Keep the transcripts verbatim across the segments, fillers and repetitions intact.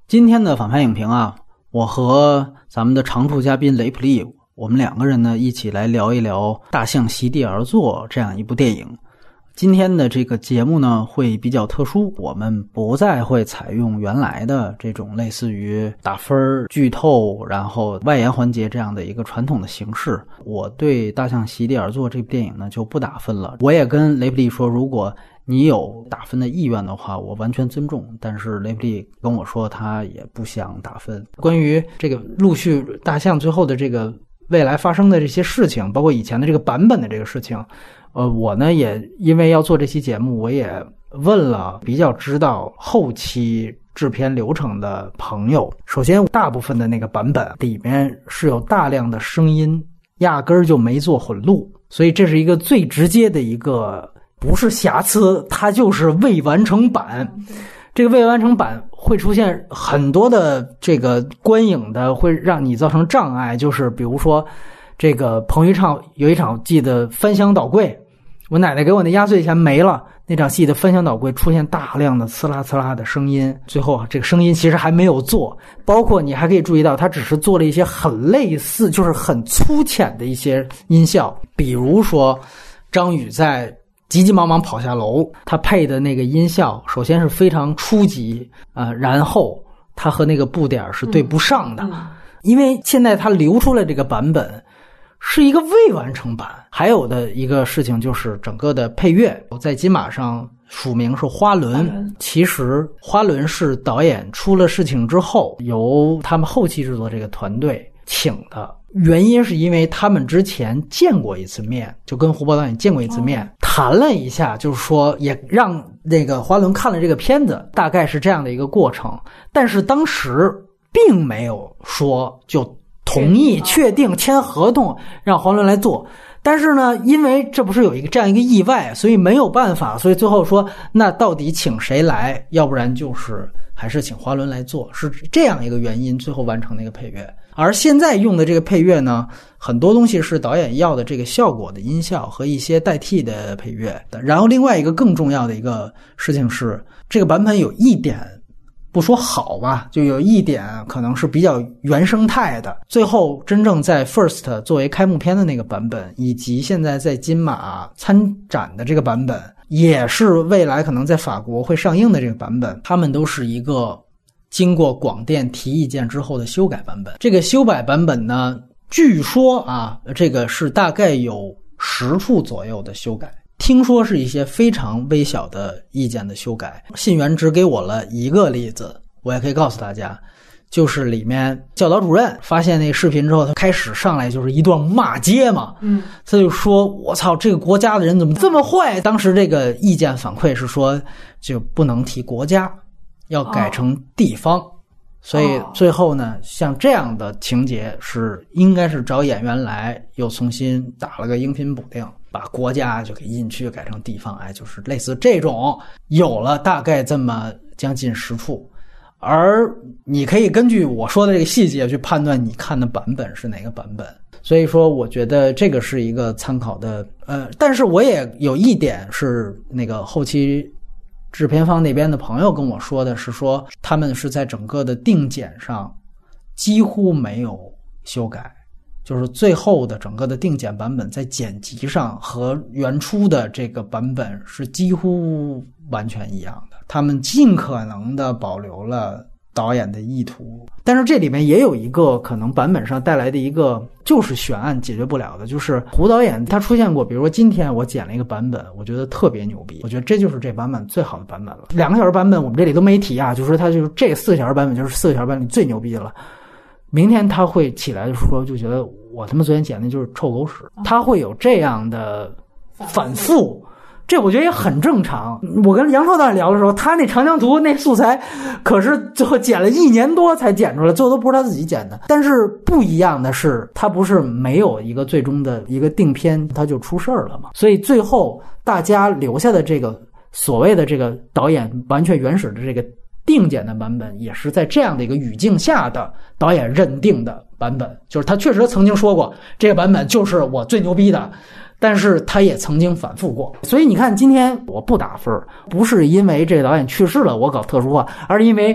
今天的反派影评啊，我和咱们的常驻嘉宾雷普利，我们两个人呢一起来聊一聊《大象席地而坐》这样一部电影。今天的这个节目呢会比较特殊，我们不再会采用原来的这种类似于打分、剧透然后外延环节这样的一个传统的形式。我对《大象席地而坐》这部电影呢就不打分了。我也跟雷普利说，如果你有打分的意愿的话，我完全尊重，但是雷普利跟我说他也不想打分。关于这个陆续大象最后的这个未来发生的这些事情，包括以前的这个版本的这个事情，呃，我呢也因为要做这期节目，我也问了比较知道后期制片流程的朋友。首先大部分的那个版本里面是有大量的声音压根儿就没做混录，所以这是一个最直接的一个不是瑕疵，它就是未完成版。这个未完成版会出现很多的这个观影的会让你造成障碍，就是比如说这个彭昱畅有一场记得翻箱倒柜，我奶奶给我那压岁钱没了，那场戏的翻箱倒柜出现大量的呲啦呲啦的声音，最后这个声音其实还没有做，包括你还可以注意到它只是做了一些很类似就是很粗浅的一些音效，比如说张宇在急急忙忙跑下楼，他配的那个音效首先是非常初级啊、呃，然后他和那个布点是对不上的、嗯嗯、因为现在他流出来这个版本是一个未完成版。还有的一个事情就是整个的配乐在金马上署名是花轮，其实花轮是导演出了事情之后由他们后期制作这个团队请的，原因是因为他们之前见过一次面，就跟胡波导演见过一次面、哦、谈了一下，就是说也让那个花轮看了这个片子，大概是这样的一个过程，但是当时并没有说就同意确定签合同让花轮来做。但是呢因为这不是有一个这样一个意外，所以没有办法，所以最后说那到底请谁来，要不然就是还是请花轮来做，是这样一个原因最后完成那个配乐。而现在用的这个配乐呢，很多东西是导演要的这个效果的音效和一些代替的配乐的。然后另外一个更重要的一个事情是，这个版本有一点不说好吧，就有一点可能是比较原生态的。最后真正在 First 作为开幕片的那个版本，以及现在在金马参展的这个版本，也是未来可能在法国会上映的这个版本，他们都是一个经过广电提意见之后的修改版本。这个修改版本呢，据说啊，这个是大概有十处左右的修改，听说是一些非常微小的意见的修改。信源只给我了一个例子，我也可以告诉大家，就是里面教导主任发现那个视频之后，他开始上来就是一段骂街嘛，嗯，他就说我操，这个国家的人怎么这么坏。当时这个意见反馈是说就不能提国家，要改成地方、哦、所以最后呢像这样的情节是应该是找演员来又重新打了个音频补丁，把国家就给印区改成地方，哎，就是类似这种有了大概这么将近十处。而你可以根据我说的这个细节去判断你看的版本是哪个版本，所以说我觉得这个是一个参考的呃，但是我也有一点是那个后期制片方那边的朋友跟我说的是说，他们是在整个的定剪上几乎没有修改，就是最后的整个的定剪版本在剪辑上和原初的这个版本是几乎完全一样的，他们尽可能的保留了导演的意图。但是这里面也有一个可能版本上带来的一个就是悬案解决不了的，就是胡导演他出现过，比如说今天我剪了一个版本，我觉得特别牛逼，我觉得这就是这版本最好的版本了。两个小时版本我们这里都没提啊，就是他就是这四个小时版本就是四个小时版本最牛逼的了。明天他会起来说就觉得我他妈昨天剪的就是臭狗屎，他会有这样的反复，这我觉得也很正常。我跟杨超导演聊的时候，他那长江图那素材可是最后剪了一年多才剪出来，最后都不是他自己剪的。但是不一样的是，他不是没有一个最终的一个定片他就出事儿了嘛，所以最后大家留下的这个所谓的这个导演完全原始的这个定剪的版本，也是在这样的一个语境下的导演认定的版本，就是他确实曾经说过这个版本就是我最牛逼的，但是他也曾经反复过。所以你看今天我不打分，不是因为这个导演去世了我搞特殊化，而是因为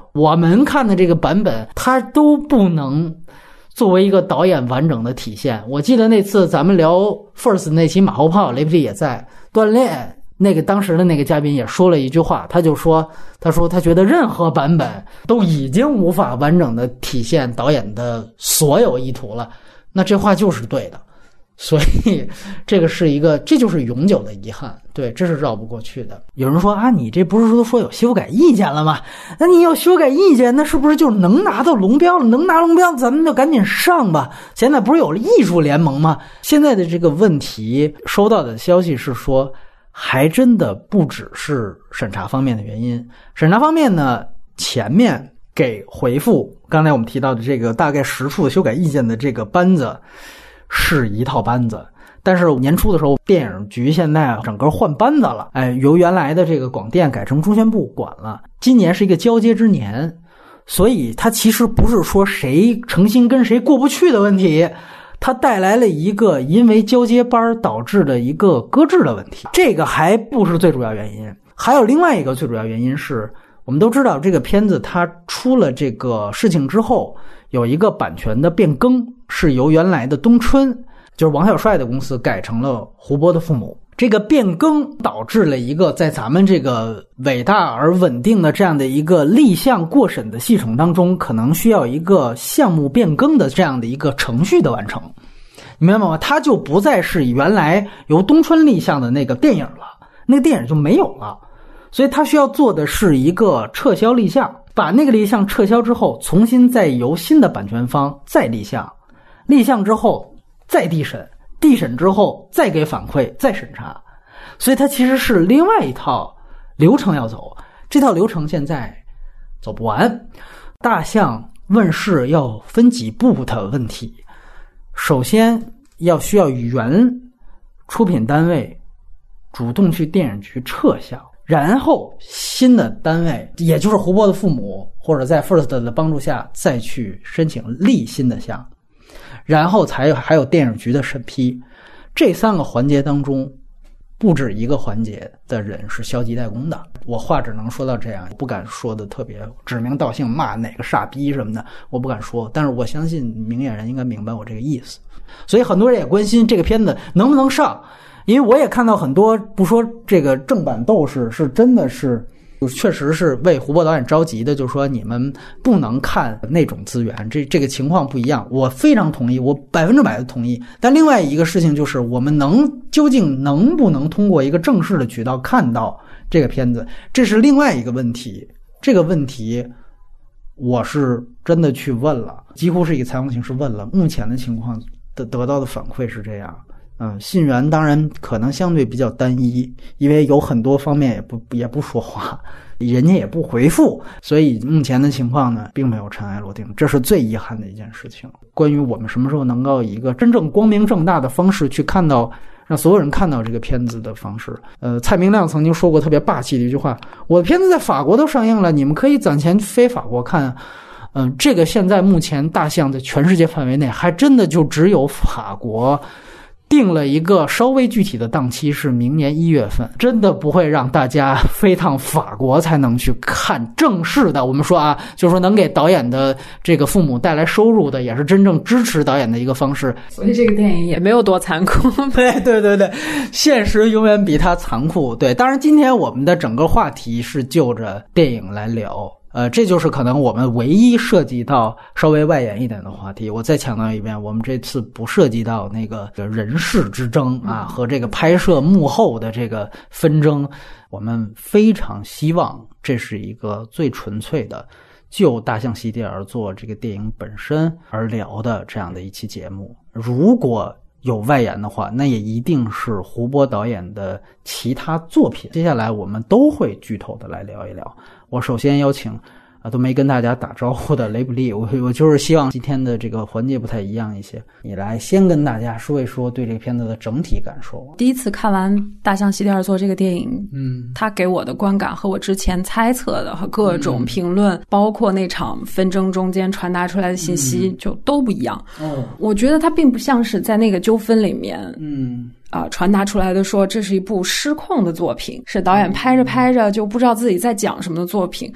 我们看的这个版本它都不能作为一个导演完整的体现。我记得那次咱们聊 First 那期马后炮，雷普利也在锻炼，那个当时的那个嘉宾也说了一句话，他就说他说他觉得任何版本都已经无法完整的体现导演的所有意图了，那这话就是对的。所以这个是一个，这就是永久的遗憾，对，这是绕不过去的。有人说啊，你这不是说说有修改意见了吗？那你有修改意见，那是不是就能拿到龙标了？能拿龙标，咱们就赶紧上吧。现在不是有了艺术联盟吗？现在的这个问题，收到的消息是说，还真的不只是审查方面的原因。审查方面呢，前面给回复刚才我们提到的这个大概十处修改意见的这个班子是一套班子，但是年初的时候电影局现在整个换班子了，哎，由原来的这个广电改成中宣部管了。今年是一个交接之年，所以它其实不是说谁诚心跟谁过不去的问题，它带来了一个因为交接班导致的一个搁置的问题，这个还不是最主要原因。还有另外一个最主要原因是，我们都知道这个片子它出了这个事情之后，有一个版权的变更，是由原来的东春，就是王小帅的公司改成了胡波的父母。这个变更导致了一个在咱们这个伟大而稳定的这样的一个立项过审的系统当中，可能需要一个项目变更的这样的一个程序的完成。你明白吗？它就不再是原来由东春立项的那个电影了，那个电影就没有了。所以他需要做的是一个撤销立项，把那个立项撤销之后，重新再由新的版权方再立项，立项之后再递审，递审之后再给反馈，再审查。所以它其实是另外一套流程要走，这套流程现在走不完。大象问世要分几步的问题，首先要需要原出品单位主动去电影局撤项，然后新的单位，也就是胡波的父母，或者在 First 的帮助下再去申请立新的项，然后才有还有电影局的审批。这三个环节当中，不止一个环节的人是消极怠工的。我话只能说到这样，不敢说的特别指名道姓骂哪个傻逼什么的，我不敢说，但是我相信明眼人应该明白我这个意思。所以很多人也关心这个片子能不能上，因为我也看到很多不说这个正版斗士是真的是确实是为胡波导演着急的，就是说你们不能看那种资源，这这个情况不一样。我非常同意，我百分之百的同意。但另外一个事情就是，我们能究竟能不能通过一个正式的渠道看到这个片子，这是另外一个问题。这个问题我是真的去问了，几乎是以采访形式问了，目前的情况的得到的反馈是这样。嗯，信源当然可能相对比较单一，因为有很多方面也不也不说话，人家也不回复，所以目前的情况呢，并没有尘埃落定，这是最遗憾的一件事情。关于我们什么时候能够以一个真正光明正大的方式去看到，让所有人看到这个片子的方式，呃，蔡明亮曾经说过特别霸气的一句话：我的片子在法国都上映了，你们可以攒钱飞法国看。嗯，这个现在目前大象在全世界范围内，还真的就只有法国定了一个稍微具体的档期，是明年一月份，真的不会让大家飞趟法国才能去看正式的。我们说啊，就是说能给导演的这个父母带来收入的，也是真正支持导演的一个方式。 所以这个电影也没有多残酷。 对对对对，现实永远比它残酷。对，当然今天我们的整个话题是就着电影来聊。呃，这就是可能我们唯一涉及到稍微外延一点的话题。我再强调一遍，我们这次不涉及到那个人事之争啊，和这个拍摄幕后的这个纷争。我们非常希望这是一个最纯粹的就大象席地而坐这个电影本身而聊的这样的一期节目。如果有外延的话，那也一定是胡波导演的其他作品。接下来我们都会剧透的来聊一聊。我首先邀请啊，都没跟大家打招呼的雷普利，我我就是希望今天的这个环节不太一样一些，你来先跟大家说一说对这个片子的整体感受。 第一次看完《大象席地而坐》这个电影， 嗯， 它给我的观感和我之前猜测的和各种评论，嗯、包括那场纷争中间传达出来的信息，嗯、就都不一样。哦，我觉得它并不像是在那个纠纷里面， 嗯。 啊、呃，传达出来的说这是一部失控的作品，是导演拍着拍着就不知道自己在讲什么的作品。 嗯、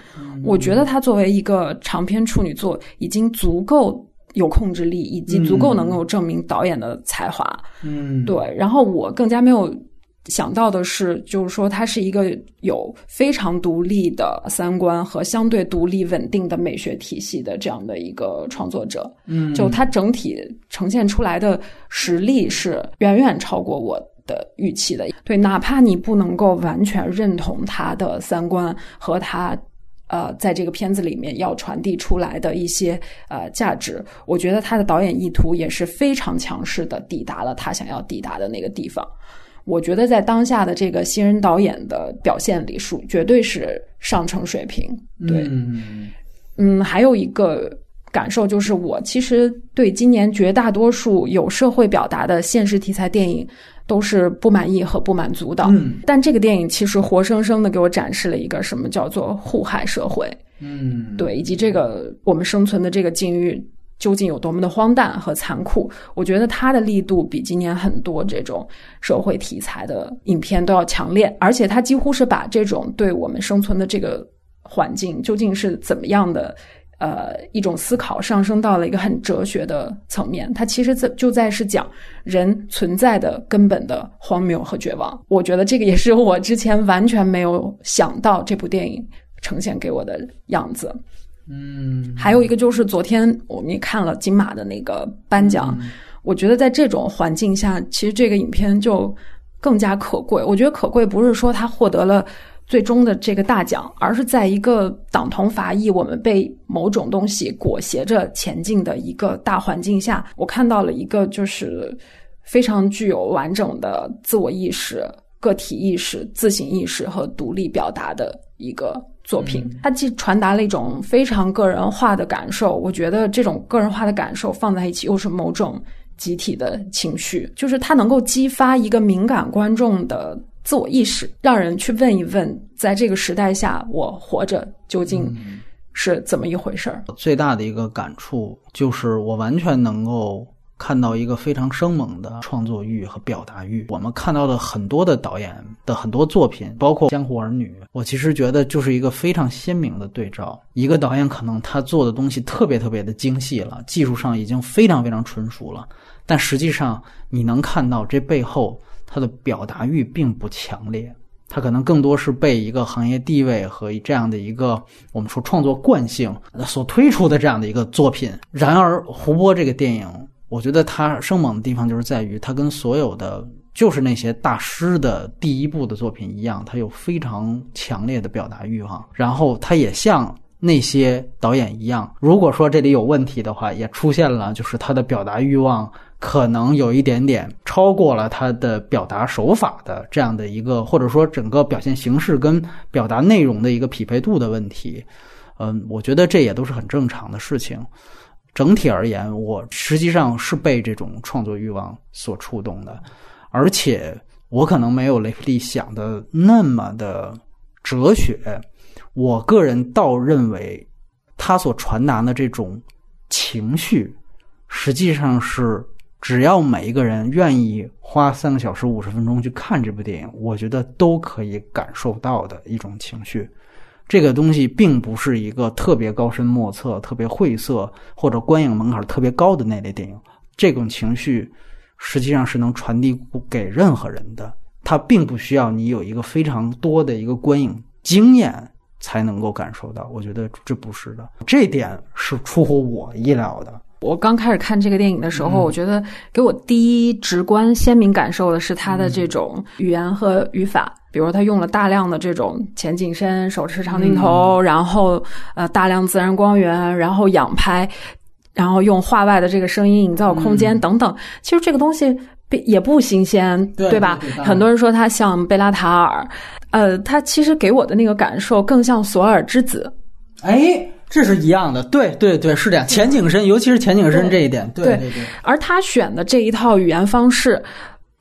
我觉得它作为一个长篇处女作已经足够有控制力，以及足够能够证明导演的才华。 嗯， 对。然后我更加没有想到的是，就是说他是一个有非常独立的三观和相对独立稳定的美学体系的这样的一个创作者。 嗯， 就他整体呈现出来的实力是远远超过我的预期的。对，哪怕你不能够完全认同他的三观和他呃，在这个片子里面要传递出来的一些呃价值，我觉得他的导演意图也是非常强势的抵达了他想要抵达的那个地方。我觉得在当下的这个新人导演的表现里，属绝对是上乘水平。对， 嗯嗯，还有一个感受就是，我其实对今年绝大多数有社会表达的现实题材电影都是不满意和不满足的。 嗯， 但这个电影其实活生生的给我展示了一个什么叫做互害社会。 嗯， 对，以及这个我们生存的这个境遇究竟有多么的荒诞和残酷。我觉得它的力度比今年很多这种社会题材的影片都要强烈，而且它几乎是把这种对我们生存的这个环境究竟是怎么样的呃，一种思考上升到了一个很哲学的层面。它其实就在是讲人存在的根本的荒谬和绝望。我觉得这个也是我之前完全没有想到这部电影呈现给我的样子。 嗯， 还有一个就是昨天我们也看了金马的那个颁奖、嗯、我觉得在这种环境下，其实这个影片就更加可贵。我觉得可贵不是说它获得了最终的这个大奖，而是在一个党同伐异，我们被某种东西裹挟着前进的一个大环境下，我看到了一个就是非常具有完整的自我意识、个体意识、自省意识和独立表达的一个作品。它既传达了一种非常个人化的感受，我觉得这种个人化的感受放在一起又是某种集体的情绪，就是它能够激发一个敏感观众的自我意识，让人去问一问，在这个时代下我活着究竟是怎么一回事儿、 嗯、最大的一个感触就是我完全能够看到一个非常生猛的创作欲和表达欲。我们看到的很多的导演的很多作品，包括江湖儿女，我其实觉得就是一个非常鲜明的对照。一个导演可能他做的东西特别特别的精细了，技术上已经非常非常纯熟了，但实际上你能看到这背后他的表达欲并不强烈，他可能更多是被一个行业地位和这样的一个我们说创作惯性所推出的这样的一个作品。然而胡波这个电影，我觉得它生猛的地方就是在于它跟所有的就是那些大师的第一部的作品一样，它有非常强烈的表达欲望，然后它也像那些导演一样，如果说这里有问题的话，也出现了就是他的表达欲望可能有一点点超过了他的表达手法的这样的一个，或者说整个表现形式跟表达内容的一个匹配度的问题。嗯，我觉得这也都是很正常的事情。整体而言，我实际上是被这种创作欲望所触动的，而且我可能没有雷普利想的那么的哲学。我个人倒认为他所传达的这种情绪实际上是只要每一个人愿意花三个小时五十分钟去看这部电影，我觉得都可以感受到的一种情绪。这个东西并不是一个特别高深莫测、特别晦涩或者观影门槛特别高的那类电影，这种情绪实际上是能传递给任何人的，它并不需要你有一个非常多的一个观影经验才能够感受到，我觉得这不是的，这点是出乎我意料的。 我刚开始看这个电影的时候、嗯、我觉得给我第一直观鲜明感受的是它的这种语言和语法、嗯、比如他用了大量的这种前景深、手持长镜头、嗯、然后呃大量自然光源，然后仰拍，然后用画外的这个声音营造空间等等、嗯、其实这个东西也不新鲜， 对, 对吧？对对，很多人说它像贝拉塔尔，呃它其实给我的那个感受更像索尔之子。 哎，这是一样的，对对对，是这样。前景深，尤其是前景深这一点，对对 对, 对。 而他选的这一套语言方式，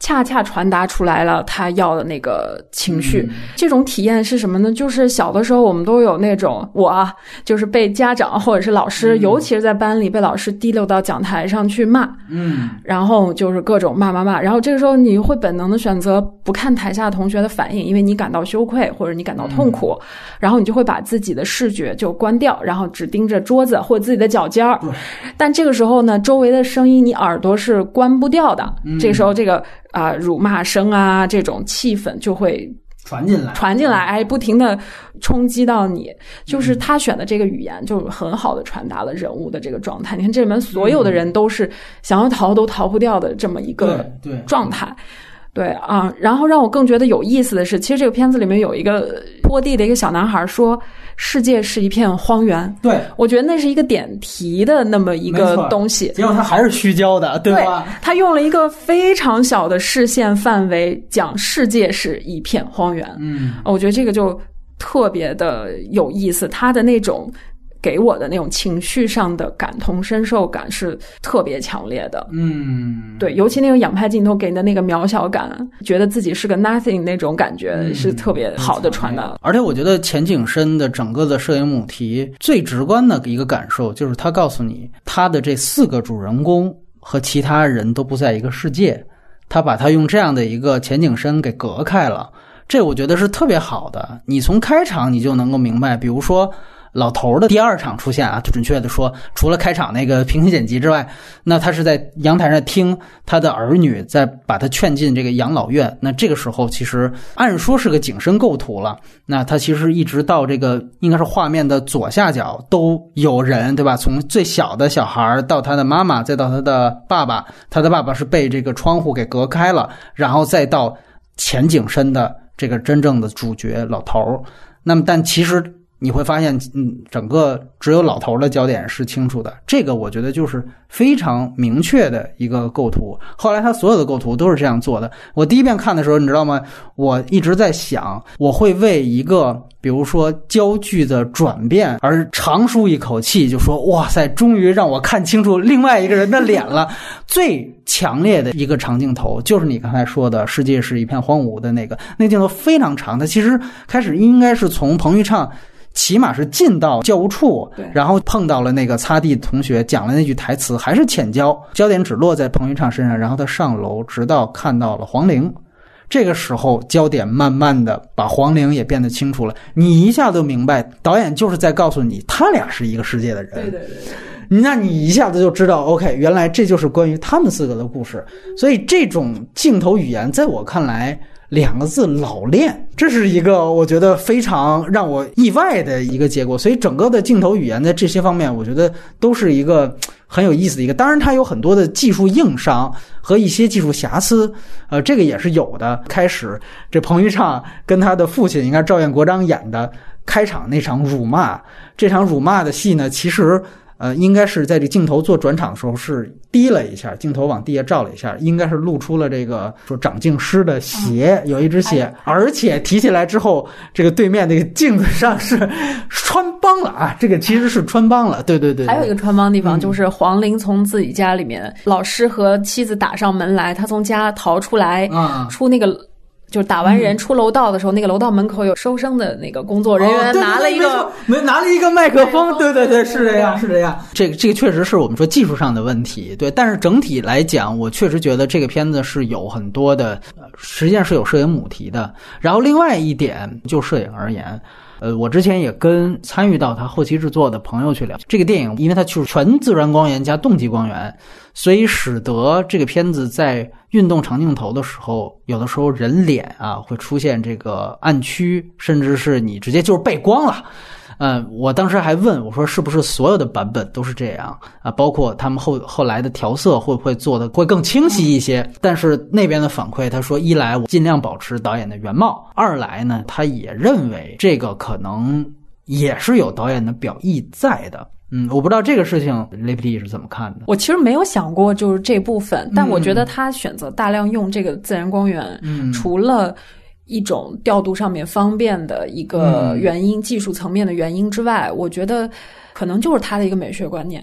恰恰传达出来了他要的那个情绪。嗯、这种体验是什么呢？就是小的时候我们都有那种，我啊，就是被家长或者是老师，嗯、尤其是在班里被老师提溜到讲台上去骂， 嗯， 然后就是各种骂骂骂，然后这个时候你会本能的选择不看台下同学的反应，因为你感到羞愧或者你感到痛苦，嗯、然后你就会把自己的视觉就关掉，然后只盯着桌子或者自己的脚尖儿。但这个时候呢，周围的声音你耳朵是关不掉的，嗯、这个时候这个。啊、呃，辱骂声啊，这种气氛就会传进来， 传进来，哎，不停的冲击到你。就是他选的这个语言，就很好的传达了人物的这个状态。你看，这里面所有的人都是想要逃都逃不掉的这么一个状态。对, 对, 对啊，然后让我更觉得有意思的是，其实这个片子里面有一个拖地的一个小男孩说世界是一片荒原。 对， 我觉得那是一个点题的那么一个东西， 结果他还是虚焦的，对吧？ 对，他用了一个非常小的视线范围讲世界是一片荒原。 嗯， 我觉得这个就特别的有意思，他的那种给我的那种情绪上的感同身受感是特别强烈的。 嗯， 对，尤其那种仰拍镜头给你的那个渺小感，觉得自己是个 nothing 那种感觉是特别好的传达。 嗯、而且我觉得钱景深的整个的摄影母题最直观的一个感受就是他告诉你他的这四个主人公和其他人都不在一个世界，他把他用这样的一个钱景深给隔开了，这我觉得是特别好的。你从开场你就能够明白，比如说老头的第二场出现啊，就准确的说，除了开场那个平行剪辑之外，那他是在阳台上听他的儿女在把他劝进这个养老院。那这个时候其实按说是个景深构图了，那他其实一直到这个应该是画面的左下角都有人，对吧？从最小的小孩到他的妈妈，再到他的爸爸，他的爸爸是被这个窗户给隔开了，然后再到钱景深的这个真正的主角老头。那么但其实你会发现，嗯，整个只有老头的焦点是清楚的，这个我觉得就是非常明确的一个构图。后来他所有的构图都是这样做的。我第一遍看的时候，你知道吗？我一直在想，我会为一个比如说焦距的转变而长舒一口气，就说哇塞，终于让我看清楚另外一个人的脸了。最强烈的一个长镜头就是你刚才说的世界是一片荒芜的那个，那镜头非常长，它其实开始应该是从彭昱畅起码是进到教务处，然后碰到了那个擦地同学，讲了那句台词，还是浅焦，焦点只落在彭昱畅身上，然后他上楼直到看到了黄玲。这个时候焦点慢慢的把黄玲也变得清楚了，你一下就明白导演就是在告诉你他俩是一个世界的人。 对对对对， 那你一下子就知道 OK 原来这就是关于他们四个的故事。所以这种镜头语言在我看来两个字，老练，这是一个我觉得非常让我意外的一个结果。所以整个的镜头语言在这些方面我觉得都是一个很有意思的一个，当然它有很多的技术硬伤和一些技术瑕疵，呃，这个也是有的。开始这彭昱畅跟他的父亲应该赵彦国璋演的开场那场辱骂，这场辱骂的戏呢，其实呃，应该是在这镜头做转场的时候是低了一下，镜头往地下照了一下，应该是露出了这个说长镜师的鞋，有一只鞋，而且提起来之后，这个对面那个镜子上是穿帮了啊，这个其实是穿帮了，对对 对, 对。 还有一个穿帮的地方、嗯、就是黄玲从自己家里面，老师和妻子打上门来，他从家逃出来， 嗯、 出那个。就是打完人出楼道的时候、嗯、那个楼道门口有收声的那个工作人员拿了一个、 哦、对对对，拿了一个麦克风，对对对，是这样是这样。这个这个确实是我们说技术上的问题，对，但是整体来讲我确实觉得这个片子是有很多的实际上是有摄影母题的。然后另外一点就摄影而言，呃，我之前也跟参与到他后期制作的朋友去聊这个电影，因为它就是全自然光源加动机光源，所以使得这个片子在运动长镜头的时候，有的时候人脸啊会出现这个暗区，甚至是你直接就是背光了。嗯，我当时还问我说是不是所有的版本都是这样啊？包括他们后后来的调色会不会做的会更清晰一些？但是那边的反馈他说，一来我尽量保持导演的原貌，二来呢他也认为这个可能也是有导演的表意在的。嗯，我不知道这个事情雷普利是怎么看的。 我其实没有想过就是这部分，但我觉得他选择大量用这个自然光源， 嗯， 除了一种调度上面方便的一个原因、嗯、技术层面的原因之外，我觉得可能就是他的一个美学观念。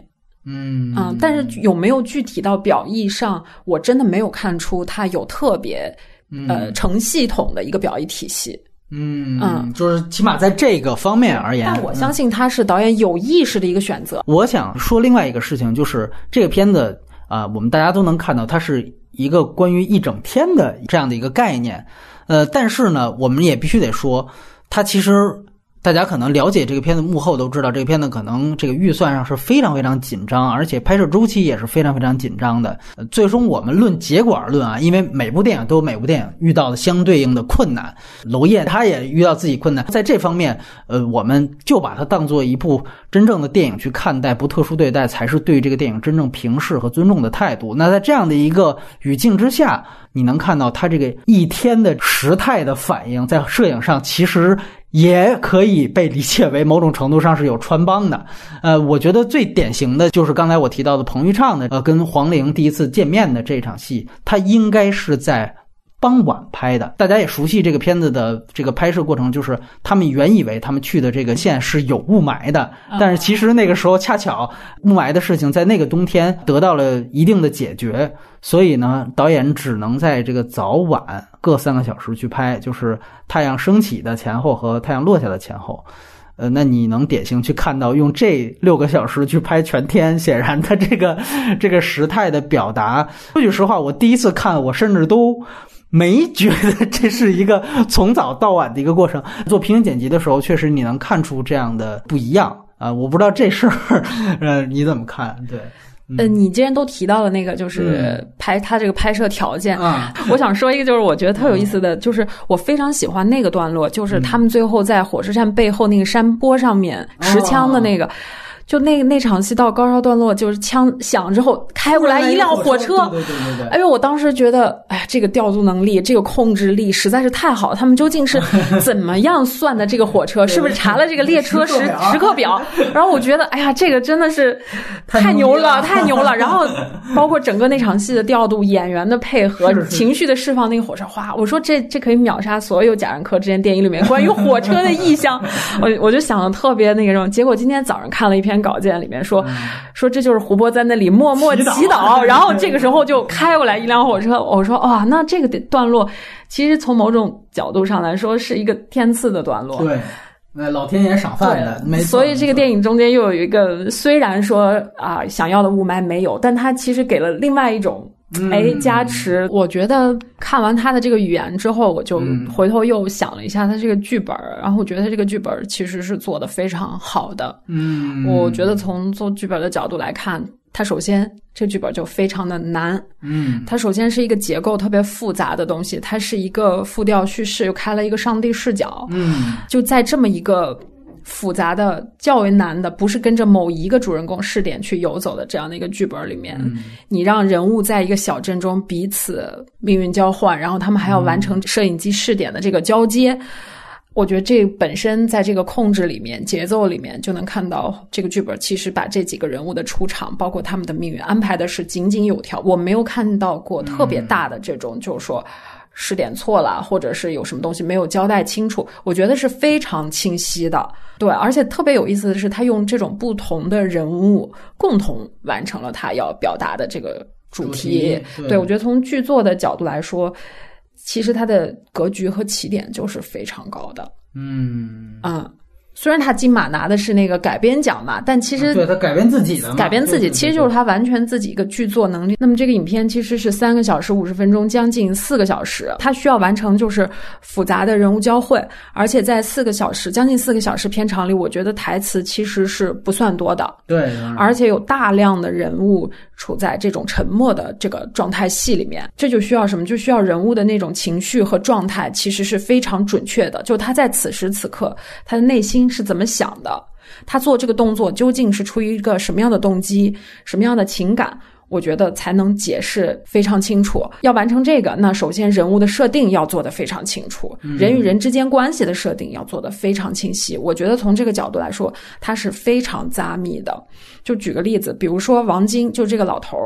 嗯嗯，但是有没有具体到表意上，我真的没有看出它有特别、嗯、呃成系统的一个表意体系。 嗯嗯，就是起码在这个方面而言， 但我相信它是导演有意识的一个选择。 我想说另外一个事情，就是这个片子啊、呃，我们大家都能看到，它是一个关于一整天的这样的一个概念。呃，但是呢，我们也必须得说，它其实大家可能了解这个片子幕后都知道，这个片子可能这个预算上是非常非常紧张，而且拍摄周期也是非常非常紧张的。呃、最终我们论结果而论啊，因为每部电影都有每部电影遇到的相对应的困难，娄烨他也遇到自己困难，在这方面，呃，我们就把它当做一部真正的电影去看待，不特殊对待才是对这个电影真正平视和尊重的态度。那在这样的一个语境之下，你能看到他这个一天的时态的反应，在摄影上其实也可以被理解为某种程度上是有穿帮的。呃，我觉得最典型的就是刚才我提到的彭昱畅的呃跟黄龄第一次见面的这场戏，他应该是在傍晚拍的。大家也熟悉这个片子的这个拍摄过程，就是他们原以为他们去的这个县是有雾霾的，但是其实那个时候恰巧雾霾的事情在那个冬天得到了一定的解决，所以呢导演只能在这个早晚各三个小时去拍，就是太阳升起的前后和太阳落下的前后。呃，那你能典型去看到用这六个小时去拍全天，显然他这个这个时态的表达，说句实话，我第一次看我甚至都没觉得这是一个从早到晚的一个过程。做平行剪辑的时候，确实你能看出这样的不一样啊、呃！我不知道这事儿，呃，你怎么看？对。 呃，你既然都提到了那个，就是拍他这个拍摄条件，嗯、我想说一个，就是我觉得特有意思的，嗯、就是我非常喜欢那个段落，就是他们最后在火车站背后那个山坡上面持枪的那个。哦，就那那场戏到高潮段落，就是枪响之后开过来一辆火车， 对对对对。 哎呦，我当时觉得，哎呀，这个调度能力，这个控制力实在是太好。他们究竟是怎么样算的这个火车？是不是查了这个列车时时刻表？然后我觉得，哎呀，这个真的是太牛了，太牛了。然后包括整个那场戏的调度、演员的配合、 是是情绪的释放，那个火车哗，我说这这可以秒杀所有贾樟柯之前电影里面关于火车的意象。我我就想的特别那个种。结果今天早上看了一篇稿件里面说、嗯、说这就是胡波在那里默默祈祷，祈祷然后这个时候就开过来一辆火车。我说哇，那这个段落其实从某种角度上来说是一个天赐的段落。 对，那老天爷赏饭的，没错。 所以这个电影中间又有一个，虽然说啊想要的雾霾没有，但它其实给了另外一种。哎，加持！我觉得看完他的这个语言之后，我就回头又想了一下他这个剧本，嗯、然后我觉得他这个剧本其实是做得非常好的。嗯，我觉得从做剧本的角度来看，它首先这个剧本就非常的难。嗯，它首先是一个结构特别复杂的东西，它是一个复调叙事，又开了一个上帝视角。嗯，就在这么一个复杂的较为难的，不是跟着某一个主人公视点去游走的这样的一个剧本里面、嗯、你让人物在一个小镇中彼此命运交换，然后他们还要完成摄影机视点的这个交接、嗯、我觉得这本身在这个控制里面节奏里面就能看到这个剧本其实把这几个人物的出场包括他们的命运安排的是井井有条。我没有看到过特别大的这种、嗯、就是说视点错了，或者是有什么东西没有交代清楚，我觉得是非常清晰的。对，而且特别有意思的是，他用这种不同的人物共同完成了他要表达的这个主题。主题对，对，我觉得从剧作的角度来说，其实它的格局和起点就是非常高的。嗯嗯。虽然他金马拿的是那个改编奖嘛，但其实对他改编自己的嘛， 改编自己其实就是他完全自己一个剧作能力。那么这个影片其实是三个小时五十分钟，将近四个小时，他需要完成就是复杂的人物交汇，而且在四个小时将近四个小时片长里，我觉得台词其实是不算多的。 对， 而且有大量的人物处在这种沉默的这个状态戏里面，这就需要什么？就需要人物的那种情绪和状态其实是非常准确的，就他在此时此刻他的内心是怎么想的，他做这个动作究竟是出于一个什么样的动机，什么样的情感，我觉得才能解释非常清楚。要完成这个，那首先人物的设定要做得非常清楚、嗯、人与人之间关系的设定要做得非常清晰。我觉得从这个角度来说它是非常扎密的。就举个例子，比如说王晶，就这个老头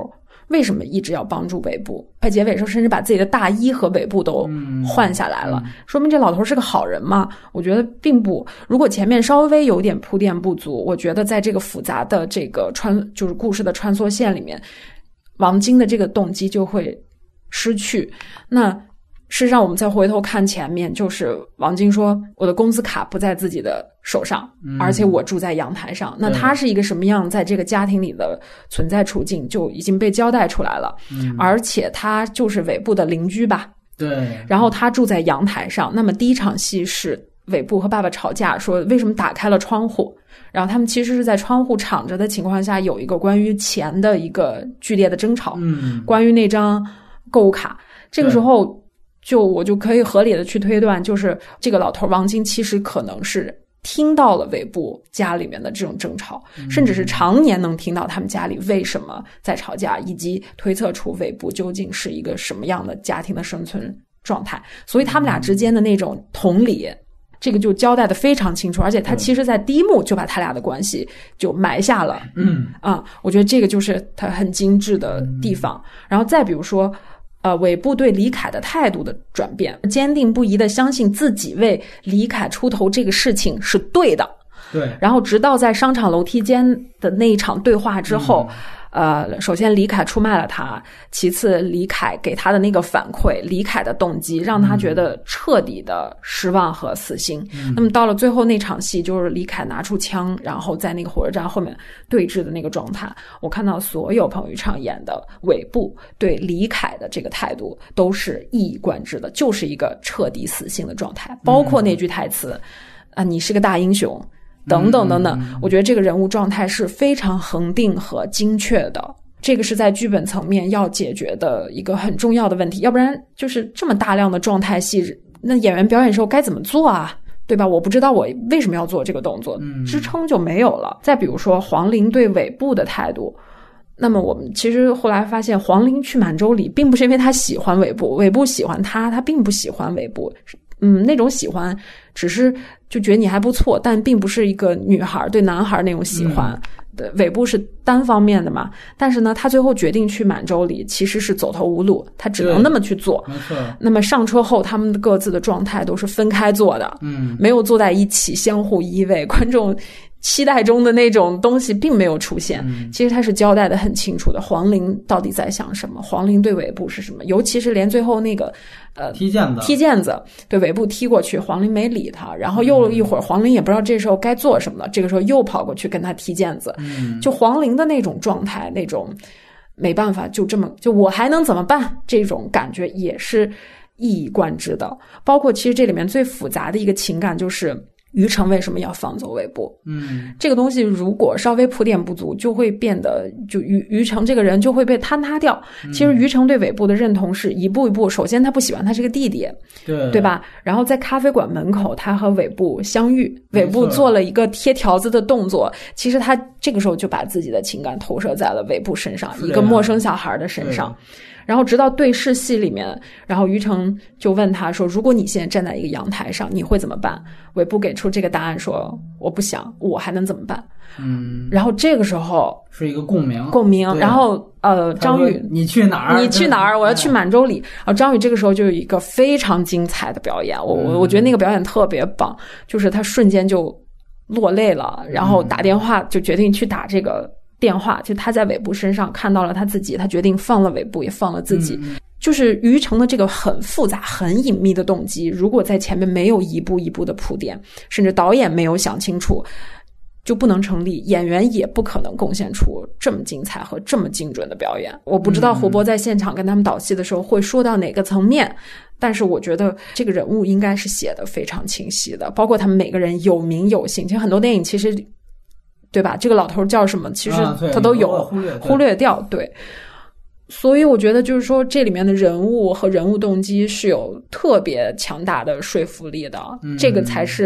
为什么一直要帮助尾部？快结尾时候甚至把自己的大衣和尾部都换下来了， 嗯嗯、 说明这老头是个好人吗？我觉得并不。如果前面稍微有点铺垫不足，我觉得在这个复杂的这个穿就是故事的穿梭线里面，王晶的这个动机就会失去。那事实上我们再回头看前面，就是王晶说我的工资卡不在自己的手上、嗯、而且我住在阳台上，那他是一个什么样在这个家庭里的存在处境就已经被交代出来了、嗯、而且他就是尾部的邻居吧， 对， 然后他住在阳台上。那么第一场戏是尾部和爸爸吵架，说为什么打开了窗户，然后他们其实是在窗户敞着的情况下有一个关于钱的一个剧烈的争吵、嗯、关于那张购物卡。这个时候就我就可以合理的去推断，就是这个老头王晶其实可能是听到了尾部家里面的这种争吵、嗯、甚至是常年能听到他们家里为什么在吵架，以及推测出尾部究竟是一个什么样的家庭的生存状态。所以他们俩之间的那种同理、嗯、这个就交代的非常清楚，而且他其实在第一幕就把他俩的关系就埋下了。 嗯啊，我觉得这个就是他很精致的地方、嗯、然后再比如说呃，尾部对李凯的态度的转变，坚定不移地相信自己为李凯出头这个事情是对的。 对。 然后直到在商场楼梯间的那一场对话之后、嗯、呃，首先李凯出卖了他，其次李凯给他的那个反馈，李凯的动机让他觉得彻底的失望和死心、嗯、那么到了最后那场戏，就是李凯拿出枪然后在那个火车站后面对峙的那个状态，我看到所有彭昱畅演的尾部对李凯的这个态度都是一以贯之的，就是一个彻底死心的状态，包括那句台词、嗯、啊，你是个大英雄等等等等、嗯、我觉得这个人物状态是非常恒定和精确的，这个是在剧本层面要解决的一个很重要的问题，要不然就是这么大量的状态戏，那演员表演的时候该怎么做啊，对吧？我不知道我为什么要做这个动作、嗯、支撑就没有了。再比如说黄龄对尾部的态度，那么我们其实后来发现黄龄去满洲里并不是因为他喜欢尾部，尾部喜欢他，他并不喜欢尾部，嗯，那种喜欢只是就觉得你还不错，但并不是一个女孩对男孩那种喜欢、嗯、尾部是单方面的嘛。但是呢他最后决定去满洲里其实是走投无路，他只能那么去做。 没错。 那么上车后他们各自的状态都是分开坐的，嗯，没有坐在一起相互依偎，观众期待中的那种东西并没有出现、嗯、其实他是交代的很清楚的，黄龄到底在想什么，黄龄对尾部是什么，尤其是连最后那个呃踢毽子踢毽子对尾部踢过去，黄龄没理他，然后又一会儿黄龄也不知道这时候该做什么了、嗯、这个时候又跑过去跟他踢毽子、嗯、就黄龄的那种状态，那种没办法就这么就我还能怎么办，这种感觉也是一以贯之的。包括其实这里面最复杂的一个情感就是于承为什么要放走尾部？嗯，这个东西如果稍微铺垫不足，就会变得就于于承这个人就会被坍塌掉。嗯、其实于承对尾部的认同是一步一步，首先他不喜欢他这个弟弟， 对对吧？然后在咖啡馆门口，他和尾部相遇，尾部做了一个贴条子的动作，其实他这个时候就把自己的情感投射在了尾部身上，一个陌生小孩的身上。然后直到对视戏里面，然后于承就问他说，如果你现在站在一个阳台上你会怎么办？尾部给出这个答案说，我不想，我还能怎么办？嗯，然后这个时候是一个共鸣共鸣然后呃，张宇你去哪儿你去哪儿我要去满洲里。然后张宇这个时候就有一个非常精彩的表演，我我我觉得那个表演特别棒，就是他瞬间就落泪了，然后打电话就决定去打这个电话，就他在尾部身上看到了他自己，他决定放了尾部也放了自己、嗯、就是于承的这个很复杂很隐秘的动机，如果在前面没有一步一步的铺垫，甚至导演没有想清楚，就不能成立，演员也不可能贡献出这么精彩和这么精准的表演。我不知道胡波在现场跟他们导戏的时候会说到哪个层面，但是我觉得这个人物应该是写得非常清晰的，包括他们每个人有名有姓，其实很多电影其实对吧，这个老头叫什么其实他都有、啊、 忽略忽略掉，对。所以我觉得就是说这里面的人物和人物动机是有特别强大的说服力的、嗯、这个才是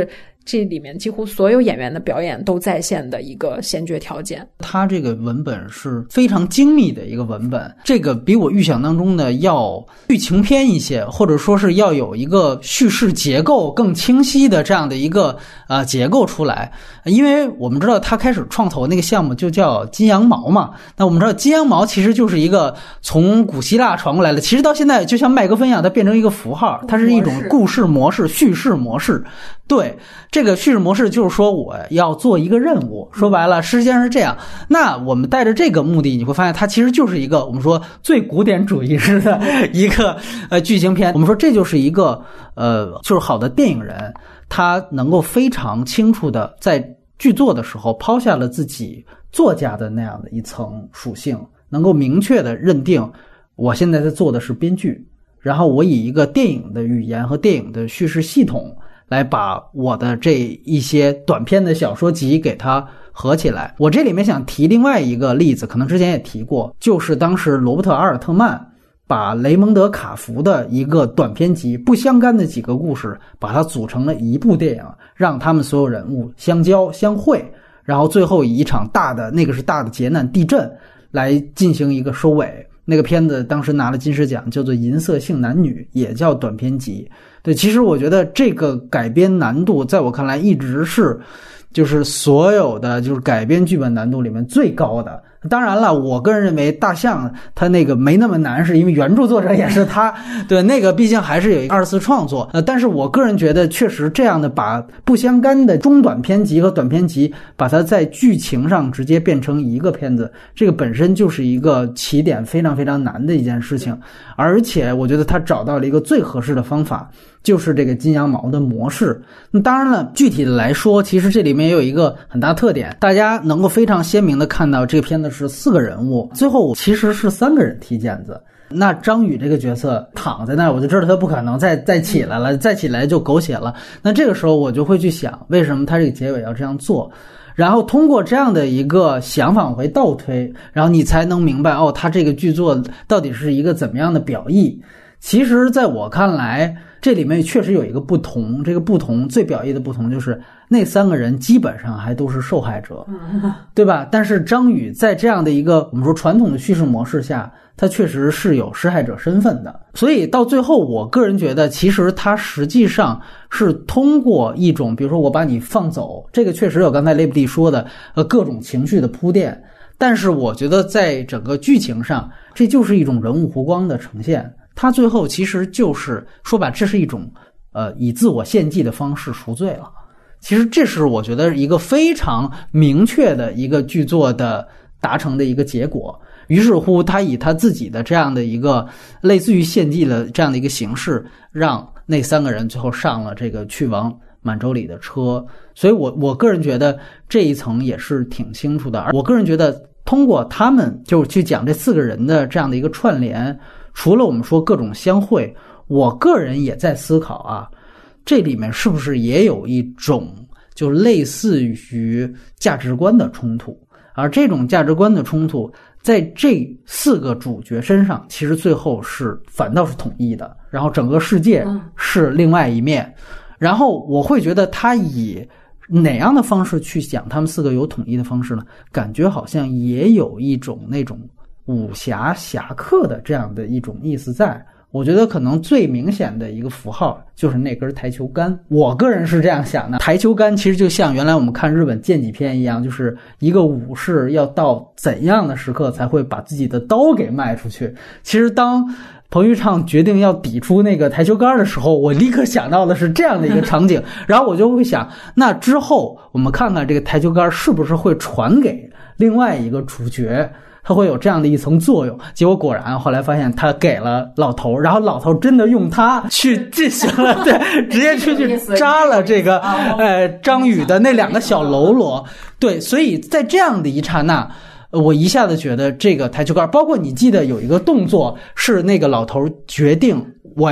这里面几乎所有演员的表演都在线的一个先决条件。 他这个文本是非常精密的一个文本，这个比我预想当中的要剧情片一些，或者说是要有一个叙事结构更清晰的这样的一个呃结构出来。因为我们知道他开始创投那个项目就叫金羊毛嘛，那我们知道金羊毛其实就是一个从古希腊传过来的，其实到现在就像麦克风一样，它变成一个符号，它是一种故事模式、叙事模式。对，这个叙事模式就是说我要做一个任务，说白了实际上是这样。那我们带着这个目的，你会发现它其实就是一个我们说最古典主义式的一个呃剧情片。我们说这就是一个呃就是好的电影人，他能够非常清楚的在剧作的时候抛下了自己作家的那样的一层属性，能够明确的认定我现在在做的是编剧，然后我以一个电影的语言和电影的叙事系统来把我的这一些短篇的小说集给它合起来。我这里面想提另外一个例子，可能之前也提过，就是当时罗伯特·阿尔特曼把雷蒙德·卡福的一个短篇集不相干的几个故事把它组成了一部电影，让他们所有人物相交相会，然后最后以一场大的那个是大的劫难地震来进行一个收尾。那个片子当时拿了金狮奖，叫做《银色性男女》，也叫短篇集。对，其实我觉得这个改编难度在我看来一直是就是所有的就是改编剧本难度里面最高的。当然了，我个人认为大象他那个没那么难，是因为原著作者也是他，对，那个毕竟还是有一个二次创作。呃，但是我个人觉得确实这样的把不相干的中短篇集和短篇集把它在剧情上直接变成一个片子，这个本身就是一个起点非常非常难的一件事情。而且我觉得他找到了一个最合适的方法，就是这个金羊毛的模式。那当然了，具体的来说，其实这里面也有一个很大特点，大家能够非常鲜明的看到这个片子是四个人物，最后其实是三个人踢毽子。那张宇这个角色躺在那儿，我就知道他不可能再再起来了，再起来就狗血了。那这个时候我就会去想，为什么他这个结尾要这样做？然后通过这样的一个想法往回倒推，然后你才能明白哦，他这个剧作到底是一个怎么样的表意。其实在我看来，这里面确实有一个不同，这个不同最表意的不同就是那三个人基本上还都是受害者，对吧？但是张宇在这样的一个我们说传统的叙事模式下，他确实是有施害者身份的。所以到最后我个人觉得其实他实际上是通过一种比如说我把你放走，这个确实有刚才雷布利说的呃各种情绪的铺垫，但是我觉得在整个剧情上这就是一种人物弧光的呈现。他最后其实就是说白，这是一种呃以自我献祭的方式赎罪了。其实这是我觉得一个非常明确的一个剧作的达成的一个结果。于是乎他以他自己的这样的一个类似于献祭的这样的一个形式，让那三个人最后上了这个去往满洲里的车。所以我我个人觉得这一层也是挺清楚的。而我个人觉得通过他们就去讲这四个人的这样的一个串联，除了我们说各种相会，我个人也在思考啊，这里面是不是也有一种就类似于价值观的冲突，而这种价值观的冲突在这四个主角身上其实最后是反倒是统一的，然后整个世界是另外一面。然后我会觉得他以哪样的方式去讲他们四个有统一的方式呢？感觉好像也有一种那种武侠侠客的这样的一种意思在。我觉得可能最明显的一个符号就是那根台球杆，我个人是这样想的。台球杆其实就像原来我们看日本剑戟片一样，就是一个武士要到怎样的时刻才会把自己的刀给卖出去。其实当彭昱畅决定要抵出那个台球杆的时候，我立刻想到的是这样的一个场景，然后我就会想，那之后我们看看这个台球杆是不是会传给另外一个主角，它会有这样的一层作用。结果果然后来发现他给了老头，然后老头真的用它去进行了对，直接去去扎了这个呃张宇的那两个小喽啰。对，所以在这样的一刹那，我一下子觉得这个台球杆，包括你记得有一个动作是那个老头决定我要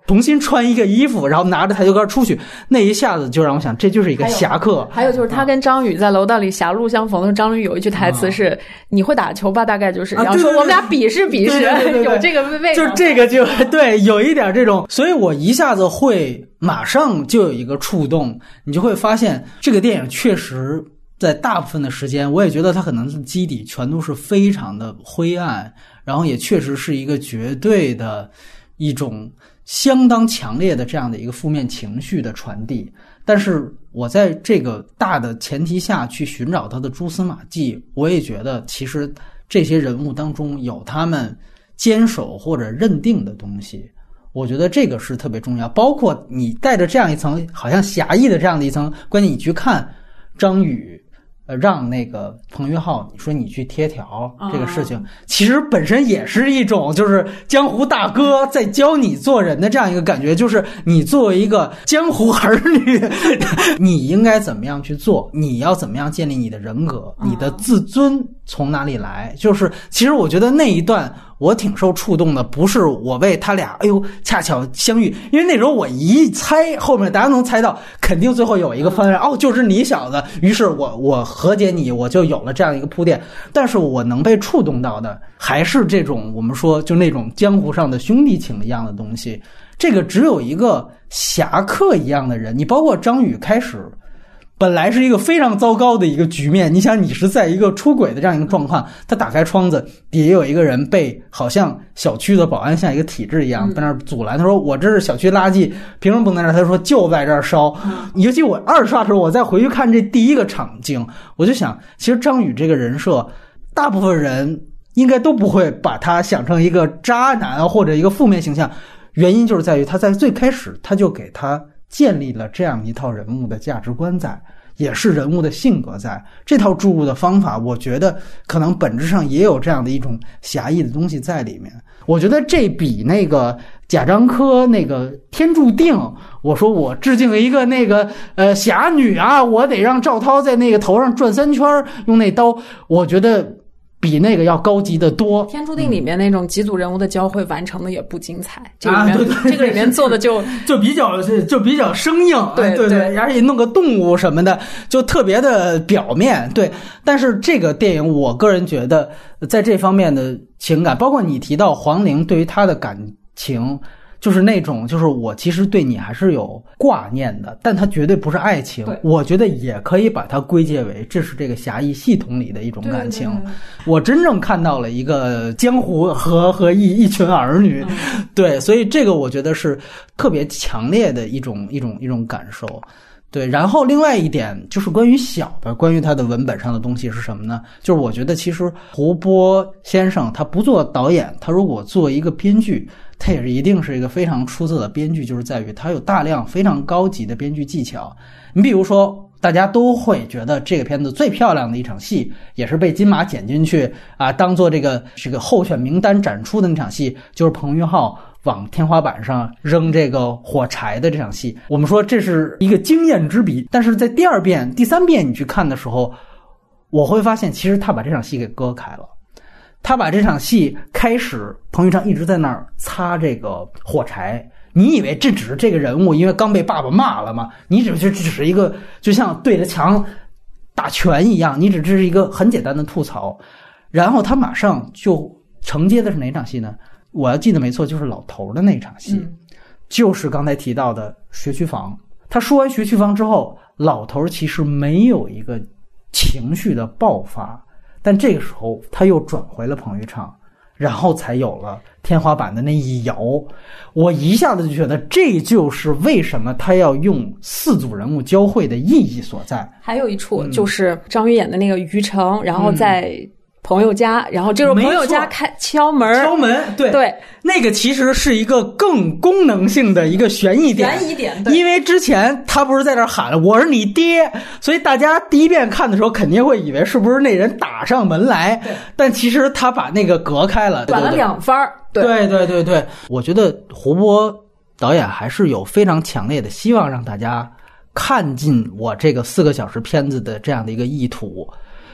重新穿一个衣服，然后拿着台球杆出去，那一下子就让我想，这就是一个侠客。 还有就是他跟张宇在楼道里狭路相逢的时候，张宇有一句台词是、啊、你会打球吧，大概就是、啊、然后说我们俩比试比试， 对对对对有这个味道， 就这个就对，有一点这种，所以我一下子会马上就有一个触动，你就会发现这个电影确实在大部分的时间，我也觉得它可能是基底全都是非常的灰暗，然后也确实是一个绝对的一种相当强烈的这样的一个负面情绪的传递。但是我在这个大的前提下去寻找它的蛛丝马迹，我也觉得其实这些人物当中有他们坚守或者认定的东西，我觉得这个是特别重要。包括你带着这样一层好像侠义的这样的一层关键，你去看张宇呃，让那个彭于浩，你说你去贴条这个事情、哦、其实本身也是一种就是江湖大哥在教你做人的这样一个感觉，就是你作为一个江湖儿女你应该怎么样去做，你要怎么样建立你的人格、嗯、你的自尊从哪里来，就是其实我觉得那一段我挺受触动的，不是我为他俩哎呦恰巧相遇，因为那时候我一猜后面大家能猜到肯定最后有一个翻案、嗯、哦就是你小子，于是我我和解你，我就有了这样一个铺垫。但是我能被触动到的还是这种我们说就那种江湖上的兄弟情一样的东西，这个只有一个侠客一样的人，你包括张宇开始本来是一个非常糟糕的一个局面，你想你是在一个出轨的这样一个状况，他打开窗子底下有一个人被好像小区的保安像一个体制一样在那儿阻拦，他说我这是小区垃圾凭什么不能在这儿，他说就在这儿烧。尤其我二刷的时候我再回去看这第一个场景，我就想其实张宇这个人设大部分人应该都不会把他想成一个渣男或者一个负面形象，原因就是在于他在最开始他就给他建立了这样一套人物的价值观在，也是人物的性格在，这套注入的方法我觉得可能本质上也有这样的一种侠义的东西在里面。我觉得这比那个贾樟柯那个天注定，我说我致敬一个那个呃侠女啊，我得让赵涛在那个头上转三圈用那刀，我觉得比那个要高级的多。 天注定里面那种几组人物的交汇完成的也不精彩，这里面、啊、对对这个里面做的就就比较就比较生硬， 对对对，而且弄个动物什么的就特别的表面，对。但是这个电影我个人觉得在这方面的情感，包括你提到黄龄对于他的感情，就是那种就是我其实对你还是有挂念的，但它绝对不是爱情，我觉得也可以把它归结为这是这个侠义系统里的一种感情。 对对对对， 我真正看到了一个江湖和和一一群儿女、嗯、对，所以这个我觉得是特别强烈的一种一种一种感受。对，然后另外一点就是关于小的关于他的文本上的东西是什么呢，就是我觉得其实胡波先生他不做导演，他如果做一个编剧，他也是一定是一个非常出色的编剧，就是在于他有大量非常高级的编剧技巧。你比如说大家都会觉得这个片子最漂亮的一场戏，也是被金马剪进去啊，当做这个这个候选名单展出的那场戏，就是彭于浩往天花板上扔这个火柴的这场戏。我们说这是一个惊艳之笔，但是在第二遍第三遍你去看的时候，我会发现其实他把这场戏给割开了。他把这场戏开始彭昱畅一直在那儿擦这个火柴，你以为这只是这个人物因为刚被爸爸骂了吗？你只是只是一个就像对着墙打拳一样，你只是一个很简单的吐槽。然后他马上就承接的是哪场戏呢？我要记得没错，就是老头的那场戏、嗯、就是刚才提到的学区房。他说完学区房之后，老头其实没有一个情绪的爆发，但这个时候他又转回了彭昱畅，然后才有了天花板的那一摇。我一下子就觉得这就是为什么他要用四组人物交汇的意义所在。 还有一处就是张宇演的那个于成、嗯、然后在朋友家，然后这时候朋友家开敲门敲门对对， 那个其实是一个更功能性的一个悬疑点悬疑点， 因为之前他不是在这喊了我是你爹，所以大家第一遍看的时候肯定会以为是不是那人打上门来，但其实他把那个隔开了， 转了两番。 对对对对对，我觉得胡波导演还是有非常强烈的希望让大家看进我这个四个小时片子的这样的一个意图。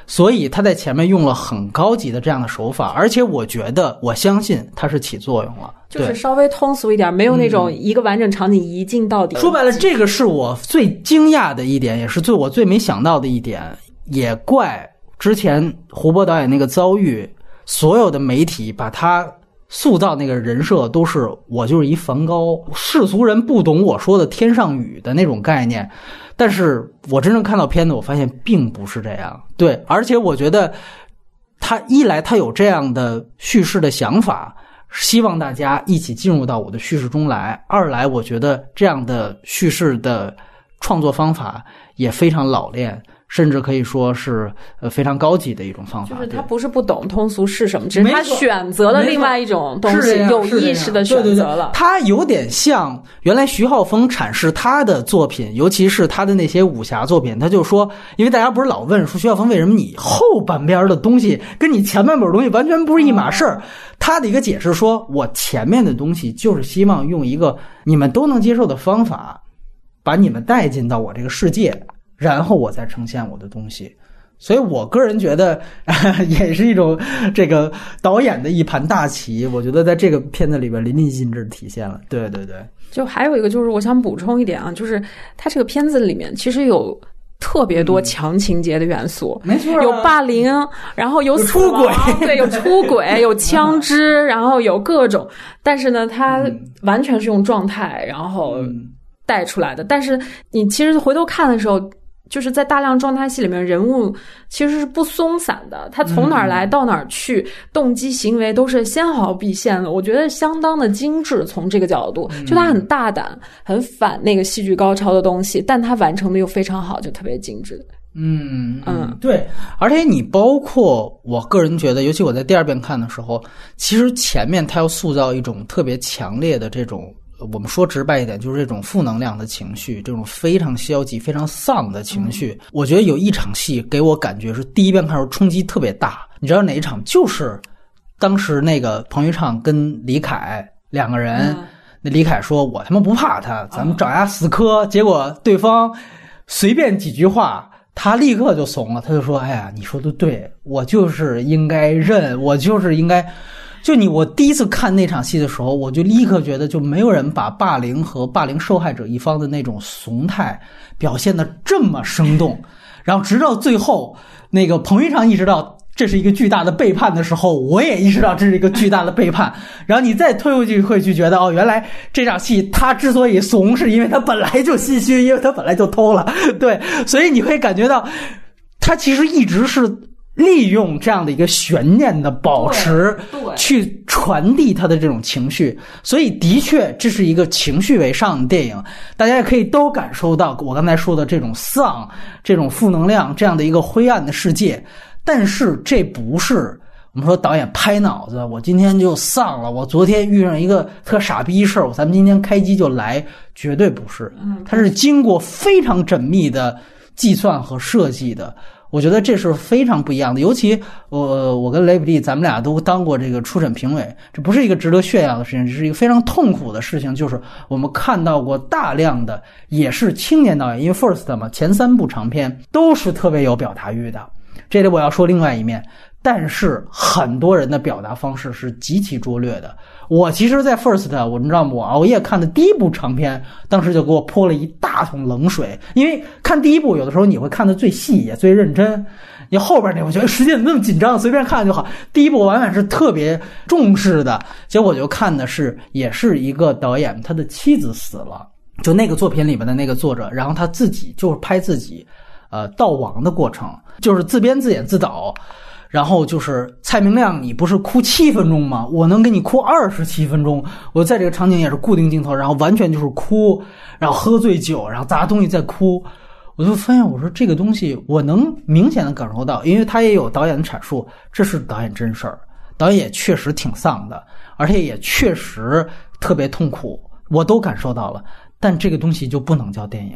所以他在前面用了很高级的这样的手法，而且我觉得我相信它是起作用了， 就是稍微通俗一点，没有那种一个完整场景一镜到底、 嗯、说白了这个是我最惊讶的一点，也是最我最没想到的一点，也怪之前胡波导演那个遭遇，所有的媒体把他塑造那个人设都是我就是一梵高，世俗人不懂我说的天上雨的那种概念，但是我真正看到片子我发现并不是这样。对，而且我觉得他一来他有这样的叙事的想法，希望大家一起进入到我的叙事中来，二来我觉得这样的叙事的创作方法也非常老练，甚至可以说是呃非常高级的一种方法。 就是他不是不懂通俗是什么，只是他选择了另外一种东西，有意识的选择了。 他有点像原来徐浩峰阐释他的作品，尤其是他的那些武侠作品，他就说，因为大家不是老问说徐浩峰为什么你后半边的东西跟你前半本的东西完全不是一码事儿、嗯，他的一个解释说，我前面的东西就是希望用一个你们都能接受的方法把你们带进到我这个世界，然后我再呈现我的东西。所以我个人觉得、呃、也是一种这个导演的一盘大棋，我觉得在这个片子里边淋漓尽致体现了。对对对， 就还有一个就是我想补充一点啊，就是他这个片子里面其实有特别多强情节的元素， 没错、啊， 有霸凌，然后有出轨， 对，有出轨，有枪支，然后有各种，但是呢，他完全是用状态然后带出来的。但是你其实回头看的时候，就是在大量状态戏里面，人物其实是不松散的，他从哪儿来到哪儿去、嗯、动机行为都是纤毫毕现的，我觉得相当的精致。从这个角度，就他很大胆，很反那个戏剧高潮的东西，但他完成的又非常好，就特别精致。 嗯嗯，对。而且你包括我个人觉得，尤其我在第二遍看的时候，其实前面他要塑造一种特别强烈的这种，我们说直白一点，就是这种负能量的情绪，这种非常消极非常丧的情绪、嗯、我觉得有一场戏给我感觉是第一遍看的时候冲击特别大，你知道哪一场？就是当时那个彭昱畅跟李凯两个人、嗯、那李凯说我他妈不怕他，咱们找丫死磕、嗯、结果对方随便几句话他立刻就怂了，他就说哎呀你说的对，我就是应该认，我就是应该就你，我第一次看那场戏的时候，我就立刻觉得，就没有人把霸凌和霸凌受害者一方的那种怂态表现得这么生动。然后直到最后，那个彭昱畅意识到这是一个巨大的背叛的时候，我也意识到这是一个巨大的背叛。然后你再推回去，会去觉得哦，原来这场戏他之所以怂，是因为他本来就心虚，因为他本来就偷了。对，所以你会感觉到，他其实一直是利用这样的一个悬念的保持去传递他的这种情绪，所以的确这是一个情绪为上的电影，大家也可以都感受到我刚才说的这种丧，这种负能量，这样的一个灰暗的世界。但是这不是我们说导演拍脑子，我今天就丧了，我昨天遇上一个特傻逼事儿，咱们今天开机就来，绝对不是，它是经过非常缜密的计算和设计的。我觉得这是非常不一样的，尤其我我跟雷普利咱们俩都当过这个初审评委，这不是一个值得炫耀的事情，这是一个非常痛苦的事情。就是我们看到过大量的也是青年导演，因为 First 嘛，前三部长片都是特别有表达欲的，这里我要说另外一面，但是很多人的表达方式是极其拙劣的。我其实在 First 我知道我熬夜看的第一部长片，当时就给我泼了一大桶冷水，因为看第一部有的时候你会看得最细也最认真，你后边那我觉得时间那么紧张随便看就好，第一部完全是特别重视的，结果我就看的是也是一个导演他的妻子死了，就那个作品里面的那个作者，然后他自己就是拍自己呃悼亡的过程，就是自编自演自导。然后就是蔡明亮，你不是哭七分钟吗？我能给你哭二十七分钟。我在这个场景也是固定镜头，然后完全就是哭，然后喝醉酒，然后砸东西再哭。我就发现，我说这个东西我能明显的感受到，因为他也有导演的阐述，这是导演真事儿，导演也确实挺丧的，而且也确实特别痛苦，我都感受到了。但这个东西就不能叫电影。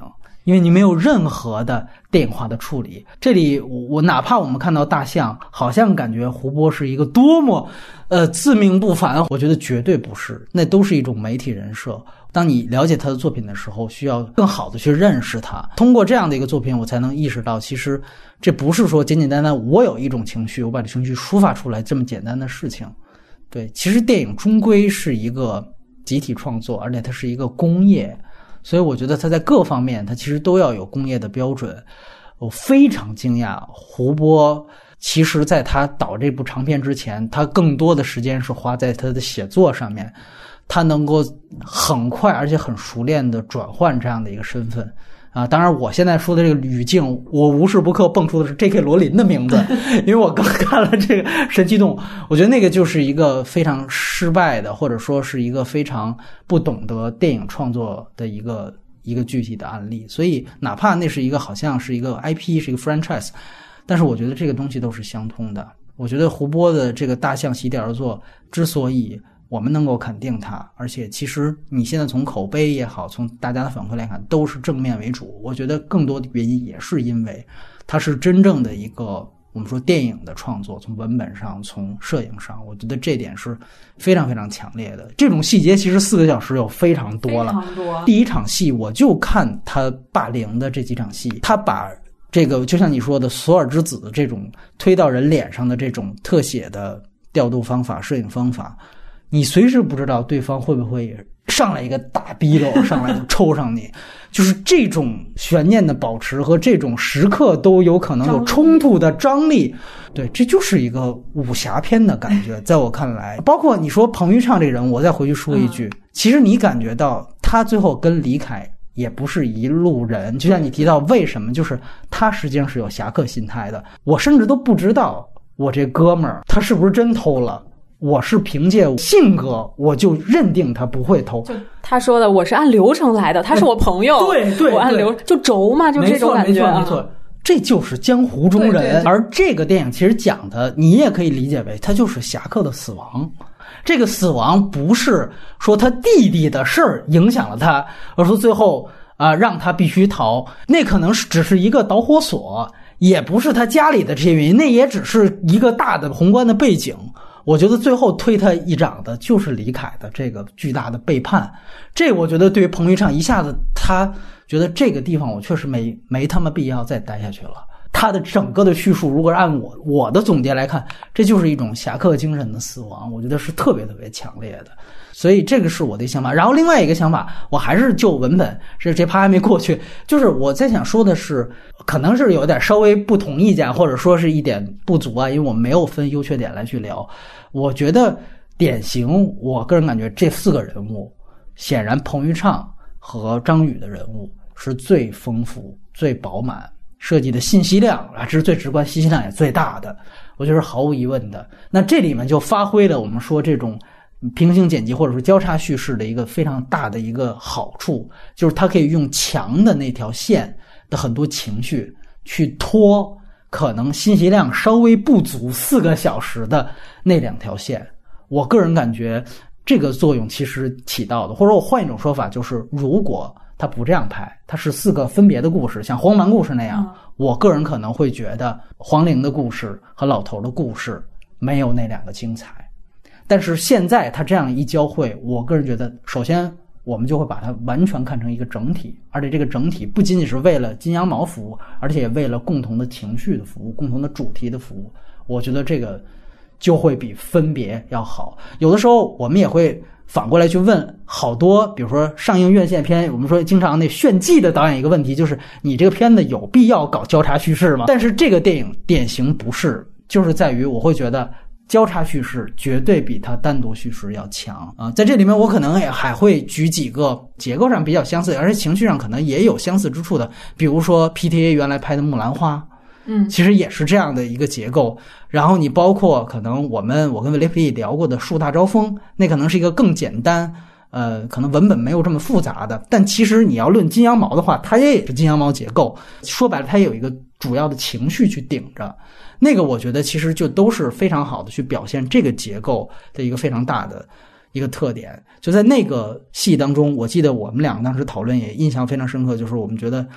因为你没有任何的电影化的处理。这里我我哪怕我们看到大象，好像感觉胡波是一个多么呃自命不凡，我觉得绝对不是，那都是一种媒体人设。当你了解他的作品的时候，需要更好的去认识他。通过这样的一个作品，我才能意识到，其实这不是说简简单单我有一种情绪，我把这情绪抒发出来这么简单的事情。对，其实电影终归是一个集体创作，而且它是一个工业，所以我觉得它在各方面它其实都要有工业的标准。我非常惊讶，胡波其实在他导这部长片之前，他更多的时间是花在他的写作上面，他能够很快而且很熟练的转换这样的一个身份啊。当然我现在说的这个语境，我无时不刻蹦出的是 J K 罗琳的名字，因为我刚看了这个神奇动物，我觉得那个就是一个非常失败的，或者说是一个非常不懂得电影创作的一个一个具体的案例。所以哪怕那是一个好像是一个 I P 是一个 franchise， 但是我觉得这个东西都是相通的。我觉得胡波的这个大象席地而坐之所以我们能够肯定它，而且其实你现在从口碑也好，从大家的反馈来看都是正面为主，我觉得更多的原因也是因为它是真正的一个我们说电影的创作，从文本上从摄影上，我觉得这点是非常非常强烈的。这种细节其实四个小时有非常多了， 非常多。 第一场戏我就看他霸凌的这几场戏，他把这个就像你说的索尔之子这种推到人脸上的这种特写的调度方法摄影方法，你随时不知道对方会不会上来一个大逼斗上来就抽上你，就是这种悬念的保持和这种时刻都有可能有冲突的张力，对，这就是一个武侠片的感觉。在我看来，包括你说彭昱畅这人，我再回去说一句，其实你感觉到他最后跟李凯也不是一路人，就像你提到为什么，就是他实际上是有侠客心态的。我甚至都不知道我这哥们儿他是不是真偷了，我是凭借性格我就认定他不会偷。 就他说的我是按流程来的，他是我朋友， 对对， 我按流就轴嘛，就这种感觉。 没错没错没错，这就是江湖中人。 对对对， 而这个电影其实讲的你也可以理解为它就是侠客的死亡。这个死亡不是说他弟弟的事儿影响了他，而说最后啊、呃、让他必须逃，那可能是只是一个导火索，也不是他家里的这些原因，那也只是一个大的宏观的背景。我觉得最后推他一掌的就是李凯的这个巨大的背叛，这我觉得对于彭昱畅一下子他觉得这个地方我确实没没他妈必要再待下去了。他的整个的叙述如果按我我的总结来看，这就是一种侠客精神的死亡，我觉得是特别特别强烈的。所以这个是我的想法。然后另外一个想法，我还是就文本，是这趴还没过去，就是我在想说的是，可能是有点稍微不同意见，或者说是一点不足啊，因为我们没有分优缺点来去聊。我觉得典型，我个人感觉这四个人物，显然彭昱畅和张宇的人物是最丰富最饱满，设计的信息量啊，这是最直观，信息量也最大的，我觉得是毫无疑问的。那这里面就发挥了我们说这种平行剪辑或者说交叉叙事的一个非常大的一个好处，就是它可以用强的那条线的很多情绪去拖可能信息量稍微不足四个小时的那两条线。我个人感觉这个作用其实起到的，或者我换一种说法，就是如果他不这样拍，他是四个分别的故事，像黄蛮故事那样、嗯、我个人可能会觉得黄龄的故事和老头的故事没有那两个精彩。但是现在他这样一交汇，我个人觉得首先我们就会把它完全看成一个整体，而且这个整体不仅仅是为了金羊毛服务，而且也为了共同的情绪的服务，共同的主题的服务。我觉得这个就会比分别要好。有的时候我们也会反过来去问好多比如说上映院线片，我们说经常那炫技的导演一个问题，就是你这个片子有必要搞交叉叙事吗？但是这个电影典型不是，就是在于我会觉得交叉叙事绝对比它单独叙事要强啊！在这里面我可能也还会举几个结构上比较相似，而且情绪上可能也有相似之处的，比如说 P T A 原来拍的《木兰花》，嗯，其实也是这样的一个结构。然后你包括可能我们我跟雷普利聊过的《树大招风》，那可能是一个更简单，呃，可能文本没有这么复杂的，但其实你要论金羊毛的话，它也是金羊毛结构。说白了，它也有一个主要的情绪去顶着。那个我觉得其实就都是非常好的去表现这个结构的一个非常大的一个特点。就在那个戏当中，我记得我们两个当时讨论也印象非常深刻，就是我们觉得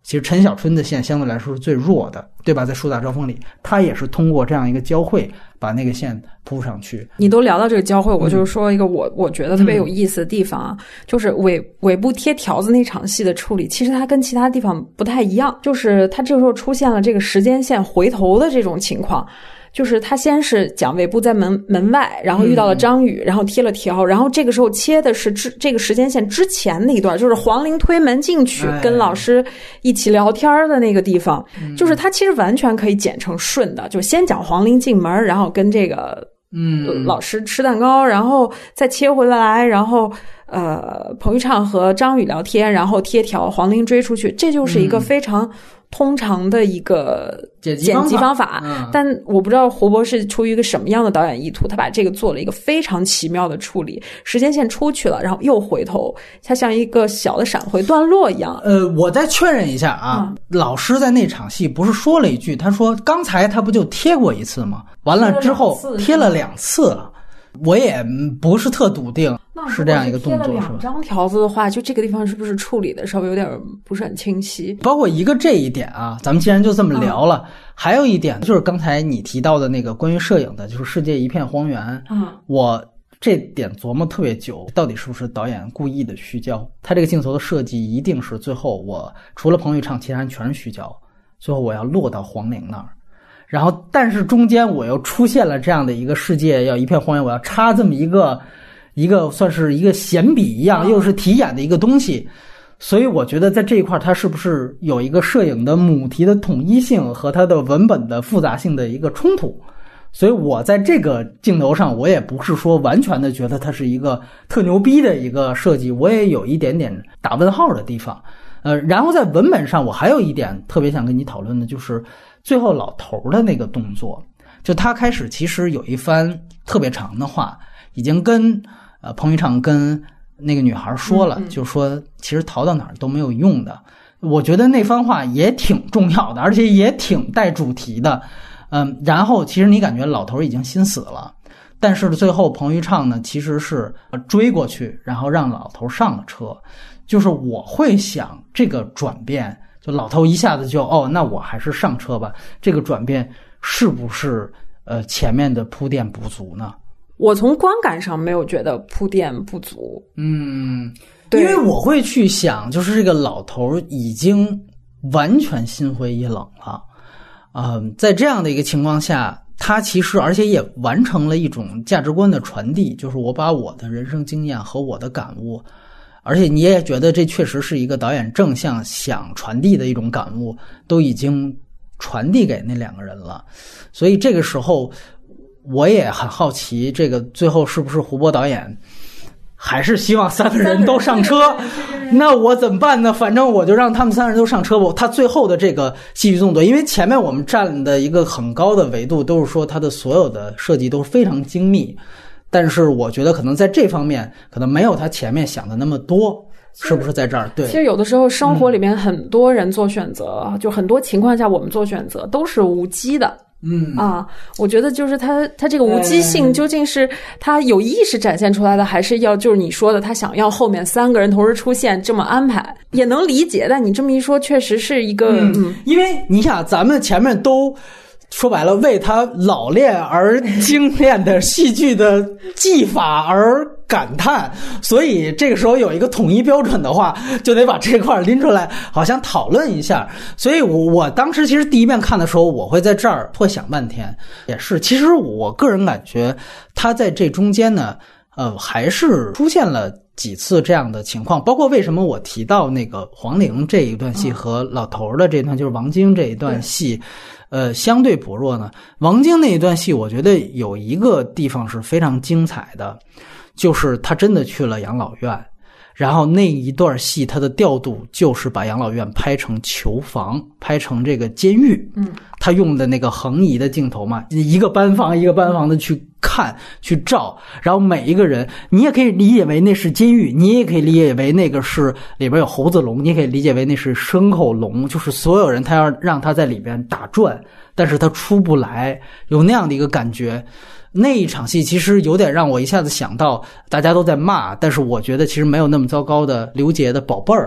其实陈小春的线相对来说是最弱的，对吧？在树大招风里，他也是通过这样一个交汇把那个线铺上去。 你都聊到这个交汇，我就是说一个我、嗯、我觉得特别有意思的地方啊，嗯、就是尾尾部贴条子那场戏的处理，其实它跟其他地方不太一样，就是它这个时候出现了这个时间线回头的这种情况。就是他先是讲尾部在门门外，然后遇到了张宇，嗯、然后贴了条，然后这个时候切的是之这个时间线之前那一段，就是黄龄推门进去、哎、跟老师一起聊天的那个地方，嗯、就是他其实完全可以剪成顺的，就先讲黄龄进门，然后跟这个嗯老师吃蛋糕，然后再切回来，然后呃彭昱畅和张宇聊天，然后贴条黄龄追出去，这就是一个非常通常的一个剪辑方法，方法嗯、但我不知道胡博士出于一个什么样的导演意图，他把这个做了一个非常奇妙的处理，时间线出去了，然后又回头，它像一个小的闪回段落一样。 呃，我再确认一下啊，嗯、老师在那场戏不是说了一句，他说刚才他不就贴过一次吗？完了之后贴了两次，我也不是特笃定是这样一个动作，是吧？贴了两张条子的话，就这个地方是不是处理的稍微有点不是很清晰？ 包括一个这一点啊，咱们既然就这么聊了，嗯、还有一点就是刚才你提到的那个关于摄影的，就是世界一片荒原。嗯，我这点琢磨特别久，到底是不是导演故意的虚焦？他这个镜头的设计一定是最后我除了彭昱畅，其他人全是虚焦，最后我要落到黄龄那儿。然后但是中间我又出现了这样的一个世界要一片荒原，我要插这么一个一个算是一个闲笔一样又是题眼的一个东西，所以我觉得在这一块它是不是有一个摄影的母题的统一性和它的文本的复杂性的一个冲突，所以我在这个镜头上我也不是说完全的觉得它是一个特牛逼的一个设计，我也有一点点打问号的地方。呃，然后在文本上我还有一点特别想跟你讨论的，就是最后老头的那个动作，就他开始其实有一番特别长的话已经跟呃彭昱畅跟那个女孩说了，嗯嗯就说其实逃到哪儿都没有用的。我觉得那番话也挺重要的，而且也挺带主题的。嗯，然后其实你感觉老头已经心死了，但是最后彭昱畅呢其实是追过去，然后让老头上了车。就是我会想这个转变，就老头一下子就哦，那我还是上车吧。这个转变是不是呃前面的铺垫不足呢？ 我从观感上没有觉得铺垫不足。 嗯，因为我会去想，就是这个老头已经完全心灰意冷了。嗯、呃，在这样的一个情况下，他其实而且也完成了一种价值观的传递，就是我把我的人生经验和我的感悟。而且你也觉得这确实是一个导演正向想传递的一种感悟，都已经传递给那两个人了。所以这个时候我也很好奇，这个最后是不是胡波导演还是希望三个人都上车？那我怎么办呢？反正我就让他们三人都上车吧。他最后的这个戏剧动作，因为前面我们站的一个很高的维度都是说他的所有的设计都是非常精密，但是我觉得可能在这方面可能没有他前面想的那么多，是不是在这儿？对， 其实有的时候生活里面很多人做选择、嗯、就很多情况下我们做选择都是无机的。嗯啊，我觉得就是他他这个无机性究竟是他有意识展现出来的，还是要就是你说的他想要后面三个人同时出现这么安排，也能理解。但你这么一说，确实是一个，嗯， 嗯因为你想咱们前面都说白了为他老练而精炼的戏剧的技法而感叹，所以这个时候有一个统一标准的话，就得把这块拎出来好像讨论一下。所以我我当时其实第一遍看的时候，我会在这儿会想半天，也是其实我个人感觉他在这中间呢呃，还是出现了几次这样的情况，包括为什么我提到那个黄龄这一段戏和老头的这一段，就是王晶这一段戏呃，相对薄弱呢。王晶那一段戏我觉得有一个地方是非常精彩的，就是他真的去了养老院，然后那一段戏他的调度就是把养老院拍成囚房，拍成这个监狱。嗯，他用的那个横移的镜头嘛，一个班房一个班房的去看去照，然后每一个人你也可以理解为那是监狱，你也可以理解为那个是里边有猴子笼，你也可以理解为那是牲口笼，就是所有人他要让他在里边打转，但是他出不来，有那样的一个感觉。那一场戏其实有点让我一下子想到大家都在骂，但是我觉得其实没有那么糟糕的刘杰的宝贝儿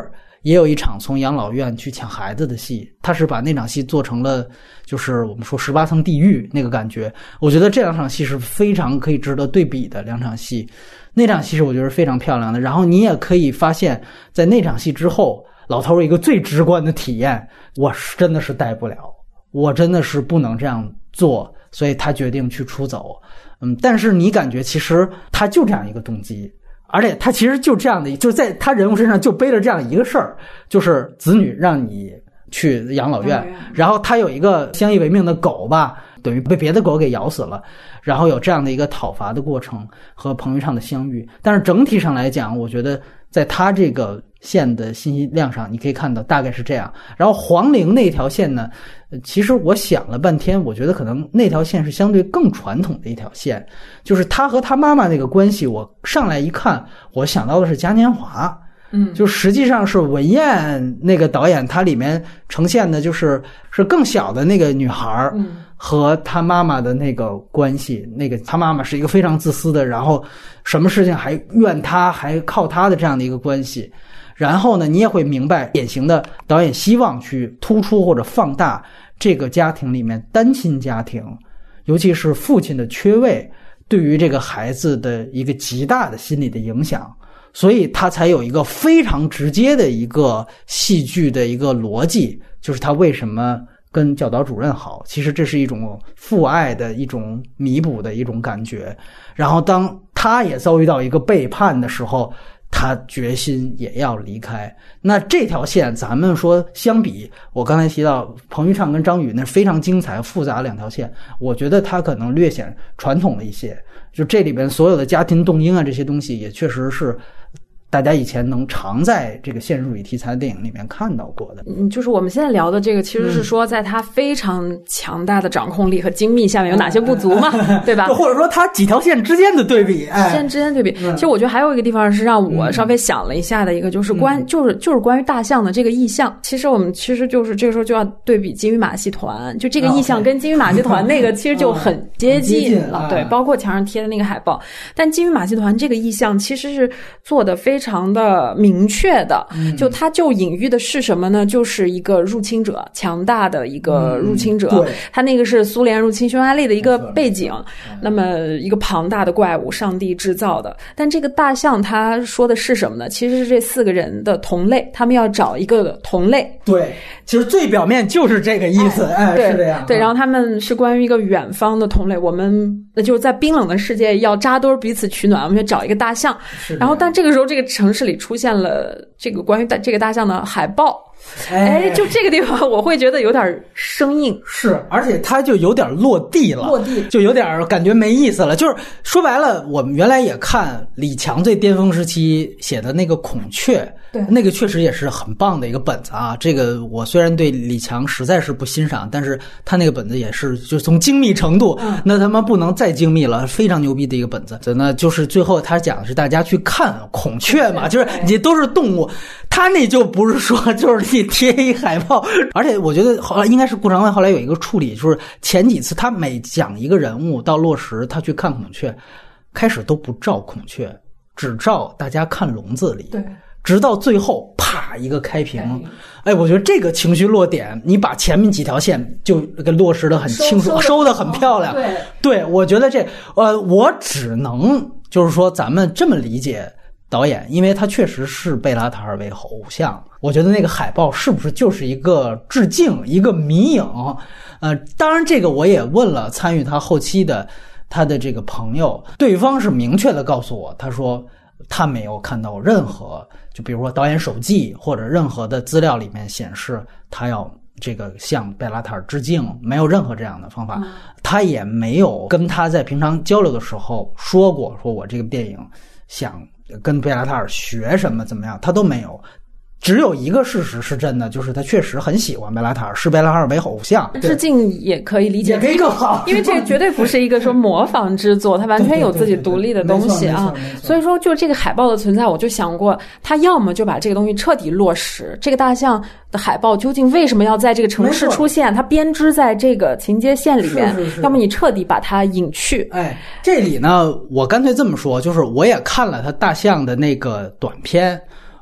也有一场从养老院去抢孩子的戏，他是把那场戏做成了就是我们说十八层地狱那个感觉。我觉得这两场戏是非常可以值得对比的两场戏，那场戏是我觉得非常漂亮的。然后你也可以发现在那场戏之后，老头有一个最直观的体验，我真的是带不了，我真的是不能这样做，所以他决定去出走。嗯，但是你感觉其实他就这样一个动机，而且他其实就这样的，就在他人物身上就背了这样一个事儿，就是子女让你去养老院，然后他有一个相依为命的狗吧，等于被别的狗给咬死了，然后有这样的一个讨伐的过程和彭昱畅的相遇。但是整体上来讲，我觉得在他这个线的信息量上，你可以看到大概是这样。然后黄陵那条线呢，其实我想了半天，我觉得可能那条线是相对更传统的一条线，就是他和他妈妈那个关系，我上来一看，我想到的是嘉年华。 嗯， 就实际上是文彦那个导演，他里面呈现的就是是更小的那个女孩和他妈妈的那个关系。那个他妈妈是一个非常自私的，然后什么事情还怨他，还靠他的这样的一个关系。然后呢，你也会明白，典型的导演希望去突出或者放大这个家庭里面单亲家庭，尤其是父亲的缺位对于这个孩子的一个极大的心理的影响。所以他才有一个非常直接的一个戏剧的一个逻辑，就是他为什么跟教导主任好，其实这是一种父爱的一种弥补的一种感觉。然后当他也遭遇到一个背叛的时候，他决心也要离开。那这条线咱们说相比我刚才提到彭昱畅跟张宇那非常精彩复杂两条线，我觉得他可能略显传统了一些，就这里边所有的家庭动因啊这些东西也确实是大家以前能常在这个现实主义题材的电影里面看到过的。 嗯，就是我们现在聊的这个，其实是说在他非常强大的掌控力和精密下面有哪些不足嘛，嗯、对吧？ 或者说他几条线之间的对比，哎， 线之间对比。嗯、其实我觉得还有一个地方是让我稍微想了一下的一个，就是关、嗯、就是就是关于大象的这个意象。其实我们其实就是这个时候就要对比金鱼马戏团，就这个意象跟金鱼马戏团那个其实就很接近了，嗯、对，包括墙上贴的那个海报。但金鱼马戏团这个意象其实是做的非常。非常的明确的，就它就隐喻的是什么呢？就是一个入侵者，强大的一个入侵者。嗯、它那个是苏联入侵匈牙利的一个背景，那么一个庞大的怪物，上帝制造的。但这个大象它说的是什么呢？其实是这四个人的同类，他们要找一个同类。 对，其实最表面就是这个意思，哎，哎对是这样。 对，然后他们是关于一个远方的同类，我们那就是在冰冷的世界要扎堆彼此取暖，我们要找一个大象。然后，但这个时候这个城市里出现了这个关于大这个大象的海报，哎，就这个地方我会觉得有点生硬， 是，而且它就有点落地了， 落地就有点感觉没意思了。就是说白了，我们原来也看李强最巅峰时期写的那个《孔雀》， 对， 那个确实也是很棒的一个本子啊。这个我虽然对李强实在是不欣赏，但是他那个本子也是，就从精密程度，嗯、那他妈不能再精密了，非常牛逼的一个本子。那就是最后他讲的是大家去看孔雀嘛，就是你都是动物，他那就不是说就是你贴一海报，而且我觉得后来应该是顾长卫后来有一个处理，就是前几次他每讲一个人物到落实他去看孔雀，开始都不照孔雀，只照大家看笼子里，对，直到最后啪一个开屏，哎，我觉得这个情绪落点，你把前面几条线就给落实的很清楚，收的很漂亮， 对， 对，我觉得这呃，我只能就是说咱们这么理解导演，因为他确实是贝拉塔尔为偶像，我觉得那个海报是不是就是一个致敬，一个迷影？呃，当然这个我也问了参与他后期的他的这个朋友，对方是明确的告诉我，他说他没有看到任何，就比如说导演手记或者任何的资料里面显示他要这个向贝拉塔尔致敬，没有任何这样的方法。嗯、他也没有跟他在平常交流的时候说过，说我这个电影想跟贝拉塔尔学什么怎么样，他都没有。只有一个事实是真的，就是他确实很喜欢贝拉塔尔，视贝拉塔尔为偶像。 致敬也可以理解， 也可以更好， 因为这个绝对不是一个说模仿之作，它完全有自己独立的东西啊。所以说，就这个海报的存在，我就想过，他要么就把这个东西彻底落实。这个大象的海报究竟为什么要在这个城市出现？它编织在这个情节线里面， 是是是， 要么你彻底把它隐去。 哎，这里呢，我干脆这么说，就是我也看了他大象的那个短片。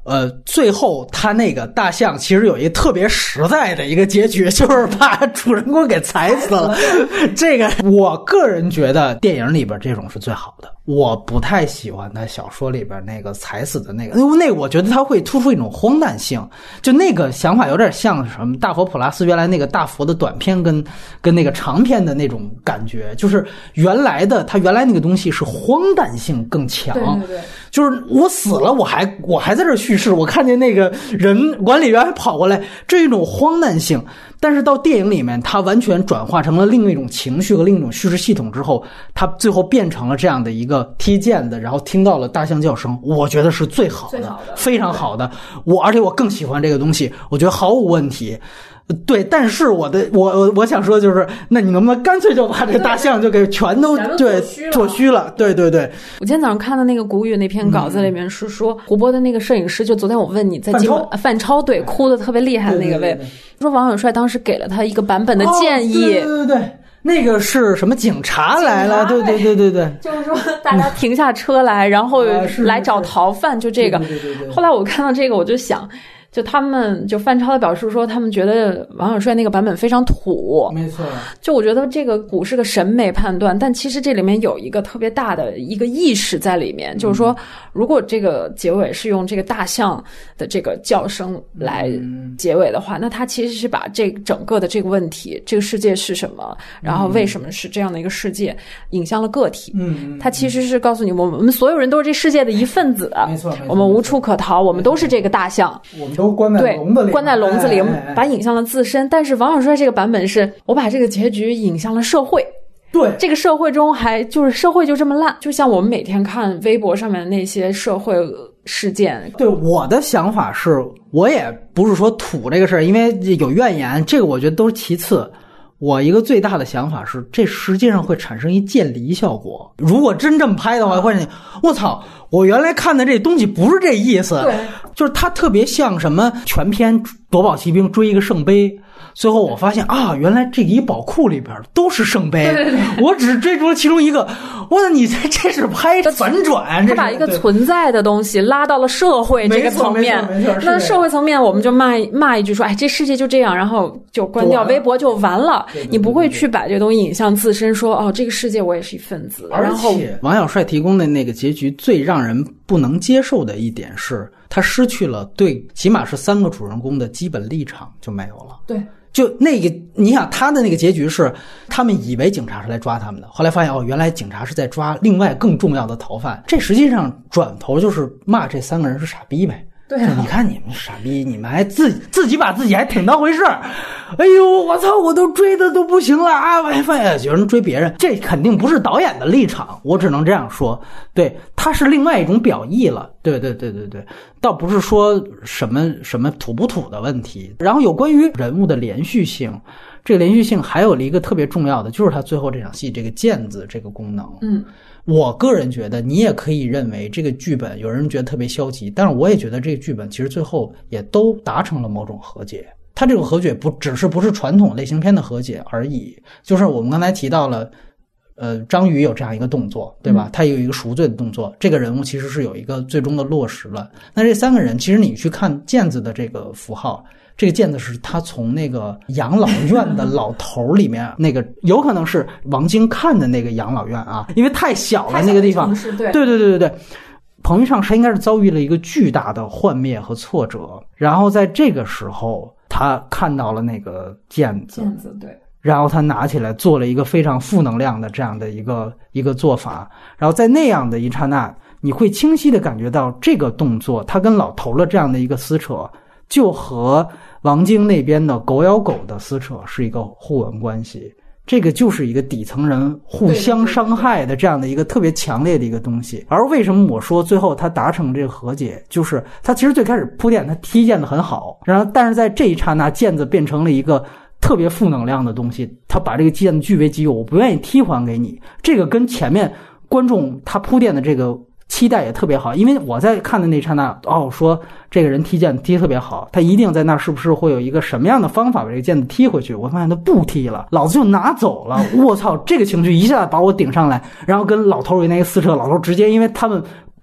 呃，最后他那个大象其实有一个特别实在的一个结局，就是把主人公给踩死了。这个我个人觉得电影里边这种是最好的，我不太喜欢他小说里边那个踩死的那个，因为那个我觉得他会突出一种荒诞性，就那个想法有点像什么大佛普拉斯原来那个大佛的短片跟跟那个长片的那种感觉，就是原来的他原来那个东西是荒诞性更强， 对对对， 就是我死了我还我还在这叙事，我看见那个人管理员还跑过来，这一种荒诞性。但是到电影里面它完全转化成了另一种情绪和另一种叙事系统之后，它最后变成了这样的一个踢毽的，然后听到了大象叫声，我觉得是最好的， 最好的非常好的。我而且我更喜欢这个东西，我觉得毫无问题。对，但是我的我我我想说就是，那你能不能干脆就把这个大象就给全都对做虚了？对对对。 我今天早上看的那个谷雨那篇稿子里面是说，胡波的那个摄影师，就昨天我问你在今晚范超对哭的特别厉害的那个位，说王小帅当时给了他一个版本的建议， 对对对。那个是什么警察来了？对对对对对， 就是说大家停下车来，然后来找逃犯，就这个。后来我看到这个，我就想。就他们就范超的表示说，他们觉得王小帅那个版本非常土， 没错。 就我觉得这个古是个审美判断，但其实这里面有一个特别大的一个意识在里面，嗯、就是说，如果这个结尾是用这个大象的这个叫声来结尾的话，嗯、那它其实是把这整个的这个问题，这个世界是什么，然后为什么是这样的一个世界，引向了个体。嗯，它其实是告诉你，我们我们所有人都是这世界的一份子， 没错， 我们无处可逃，我们都是这个大象， 我们都。关在笼子里， 关在笼子里， 哎哎、 把引向了自身。但是王小帅这个版本是，我把这个结局引向了社会。 对， 这个社会中还就是社会就这么烂，就像我们每天看微博上面的那些社会事件。 对，我的想法是，我也不是说土这个事儿，因为有怨言，这个我觉得都是其次。我一个最大的想法是，这实际上会产生一渐离效果。如果真这么拍的话，会我操！我原来看的这东西不是这意思， 对， 就是它特别像什么全篇夺宝奇兵追一个圣杯，最后我发现啊，原来这一宝库里边都是圣杯， 对对对， 我只追逐了其中一个。我说你这这是拍反转， 他把一个存在的东西拉到了社会这个层面。那社会层面，我们就骂骂一句说，哎，这世界就这样，然后就关掉微博就完了。 对对对对， 你不会去把这个东西引向自身，说哦，这个世界我也是一份子。 而且王小帅提供的那个结局最让人不能接受的一点是，他失去了对起码是三个主人公的基本立场就没有了。 对。 就那个，你想他的那个结局是，他们以为警察是来抓他们的，后来发现哦，原来警察是在抓另外更重要的逃犯。这实际上转头就是骂这三个人是傻逼呗。 对啊， 你看你们傻逼，你们还自己自己把自己还挺当回事儿。哎呦，我操，我都追的都不行了啊！我还发现有人追别人，这肯定不是导演的立场，我只能这样说。对，他是另外一种表意了。对对对对对，倒不是说什么什么土不土的问题。然后有关于人物的连续性，这个连续性还有了一个特别重要的，就是他最后这场戏这个毽子这个功能。 嗯。 我个人觉得，你也可以认为这个剧本有人觉得特别消极，但是我也觉得这个剧本其实最后也都达成了某种和解。它这个和解不只是不是传统类型片的和解而已，就是我们刚才提到了，呃，章鱼有这样一个动作，对吧？他有一个赎罪的动作，这个人物其实是有一个最终的落实了。那这三个人，其实你去看毽子的这个符号。这个毽子是他从那个养老院的老头里面那个有可能是王晶看的那个养老院啊，因为太小了那个地方。 对对对对对对，彭昱畅他应该是遭遇了一个巨大的幻灭和挫折，然后在这个时候他看到了那个毽子， 毽子对。 然后他拿起来做了一个非常负能量的这样的一个一个做法，然后在那样的一刹那，你会清晰的感觉到这个动作，他跟老头的这样的一个撕扯。就和王晶那边的狗咬狗的撕扯是一个互文关系，这个就是一个底层人互相伤害的这样的一个特别强烈的一个东西。而为什么我说最后他达成这个和解，就是他其实最开始铺垫他踢毽子很好，然后但是在这一刹那毽子变成了一个特别负能量的东西，他把这个毽子据为己有，我不愿意踢还给你。这个跟前面观众他铺垫的这个期待也特别好，因为我在看的那刹那，哦，说这个人踢毽子踢特别好，他一定在那是不是会有一个什么样的方法把这个毽子踢回去？我发现他不踢了，老子就拿走了。我操，这个情绪一下把我顶上来，然后跟老头有那个撕扯，老头直接因为他们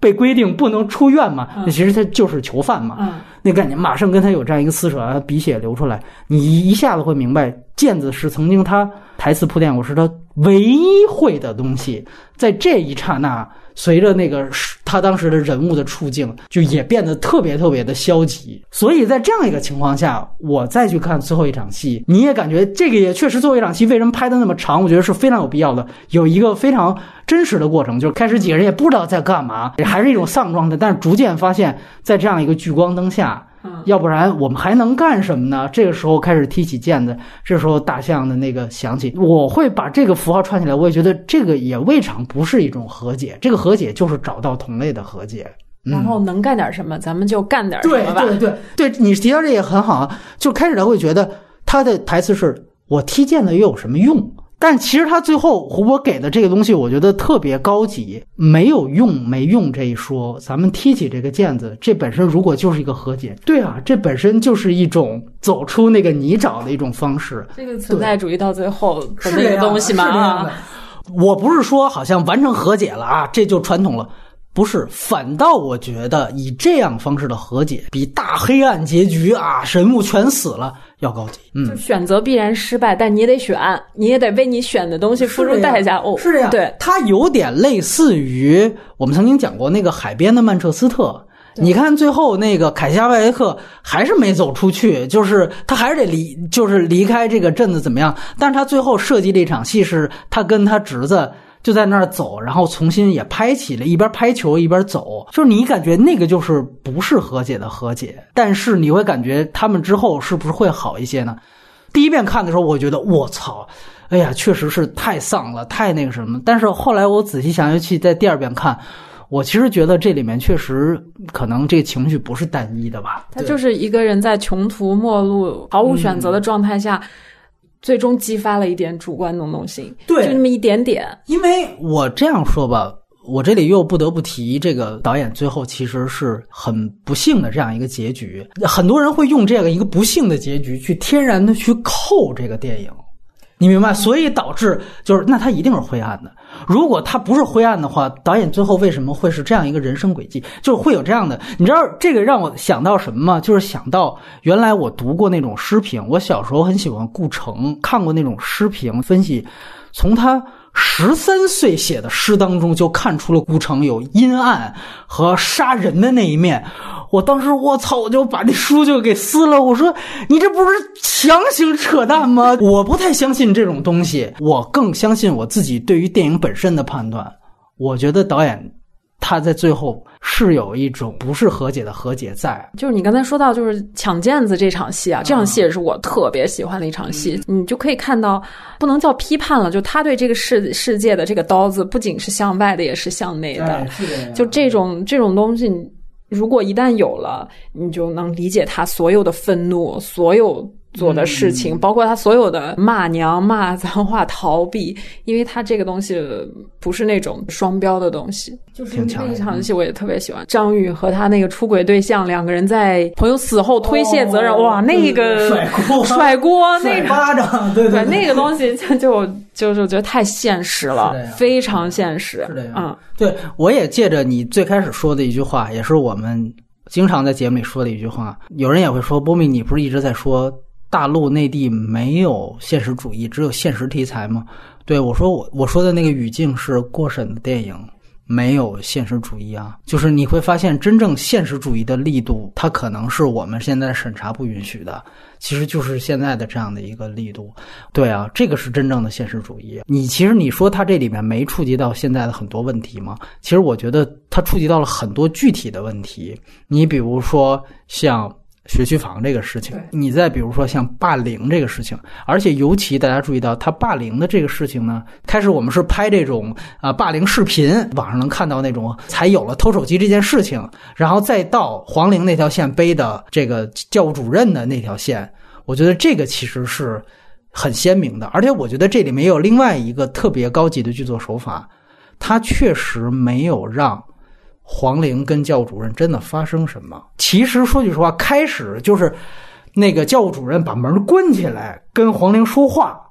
被规定不能出院嘛，那其实他就是囚犯嘛。 嗯， 那概念马上跟他有这样一个撕扯，他鼻血流出来，你一下子会明白，剑子是曾经他台词铺垫过，是他唯一会的东西，在这一刹那。随着那个他当时的人物的处境，就也变得特别特别的消极。所以在这样一个情况下，我再去看最后一场戏，你也感觉这个也确实最后一场戏为什么拍的那么长，我觉得是非常有必要的。有一个非常真实的过程，就是开始几个人也不知道在干嘛，还是一种丧状态，但是逐渐发现在这样一个聚光灯下，要不然我们还能干什么呢？这个时候开始踢起毽子，这时候大象的那个响起，我会把这个符号串起来，我也觉得这个也未尝不是一种和解，这个和解就是找到同类的和解。 嗯、然后能干点什么，咱们就干点什么吧。 对对对对，你提到这也很好啊。就开始他会觉得他的台词是我踢毽子又有什么用？但其实他最后胡波给的这个东西，我觉得特别高级，没有用没用这一说，咱们踢起这个毽子，这本身如果就是一个和解，对啊，这本身就是一种走出那个泥沼的一种方式。 这个存在主义到最后的那个东西嘛啊， 我不是说好像完成和解了啊，这就传统了。不是，反倒我觉得以这样方式的和解，比大黑暗结局啊，神物全死了要高级。嗯， 就选择必然失败，但你也得选，你也得为你选的东西付出代价。哦， 是这样， 对， 它有点类似于我们曾经讲过那个海边的曼彻斯特。你看最后那个凯夏·拜雷克还是没走出去，就是他还是得离，就是离开这个镇子怎么样？但是他最后设计了一场戏，是他跟他侄子就在那儿走，然后重新也拍起了，一边拍球一边走，就是你感觉那个就是不是和解的和解，但是你会感觉他们之后是不是会好一些呢？第一遍看的时候我觉得我操，哎呀确实是太丧了，太那个什么，但是后来我仔细想，尤其在第二遍看，我其实觉得这里面确实可能这个情绪不是单一的吧， 他就是一个人在穷途末路毫无选择的状态下、嗯最终激发了一点主观能动性， 对， 就那么一点点。 因为我这样说吧，我这里又不得不提这个导演最后其实是很不幸的这样一个结局，很多人会用这样一个不幸的结局去天然的去扣这个电影，你明白？所以导致就是那它一定是灰暗的。如果它不是灰暗的话，导演最后为什么会是这样一个人生轨迹？就是会有这样的，你知道这个让我想到什么吗？就是想到原来我读过那种诗评，我小时候很喜欢顾城，看过那种诗评分析，从他十三岁写的诗当中就看出了顾城有阴暗和杀人的那一面。我当时我操，我就把这书就给撕了，我说你这不是强行扯淡吗？我不太相信这种东西，我更相信我自己对于电影本身的判断。我觉得导演他在最后是有一种不是和解的和解在。 就是你刚才说到就是抢毽子这场戏啊，这场戏也是我特别喜欢的一场戏、嗯、你就可以看到不能叫批判了，就他对这个世世界的这个刀子不仅是向外的也是向内的、 哎、是的， 就这种这种东西如果一旦有了，你就能理解他所有的愤怒，所有做的事情、嗯、包括他所有的骂娘骂脏话逃避，因为他这个东西不是那种双标的东西。就是那一场戏我也特别喜欢，张宇和他那个出轨对象两个人在朋友死后推卸责任、哦、哇那个甩锅甩锅那个巴掌，对 对, 对, 对那个东西就就是我觉得太现实了，非常现实。 是这样， 嗯， 对，我也借着你最开始说的一句话，也是我们经常在节目里说的一句话，有人也会说波米你不是一直在说大陆内地没有现实主义，只有现实题材吗？对，我说我我说的那个语境是过审的电影没有现实主义啊，就是你会发现真正现实主义的力度，它可能是我们现在审查不允许的，其实就是现在的这样的一个力度。对啊，这个是真正的现实主义。你其实你说它这里面没触及到现在的很多问题吗？其实我觉得它触及到了很多具体的问题。你比如说像学区房这个事情，你再比如说像霸凌这个事情，而且尤其大家注意到他霸凌的这个事情呢，开始我们是拍这种啊、呃、霸凌视频，网上能看到那种才有了偷手机这件事情，然后再到黄陵那条线背的这个教务主任的那条线，我觉得这个其实是很鲜明的。而且我觉得这里面有另外一个特别高级的剧作手法，他确实没有让黄陵跟教务主任真的发生什么。其实说句实话，开始就是那个教务主任把门关起来跟黄陵说话，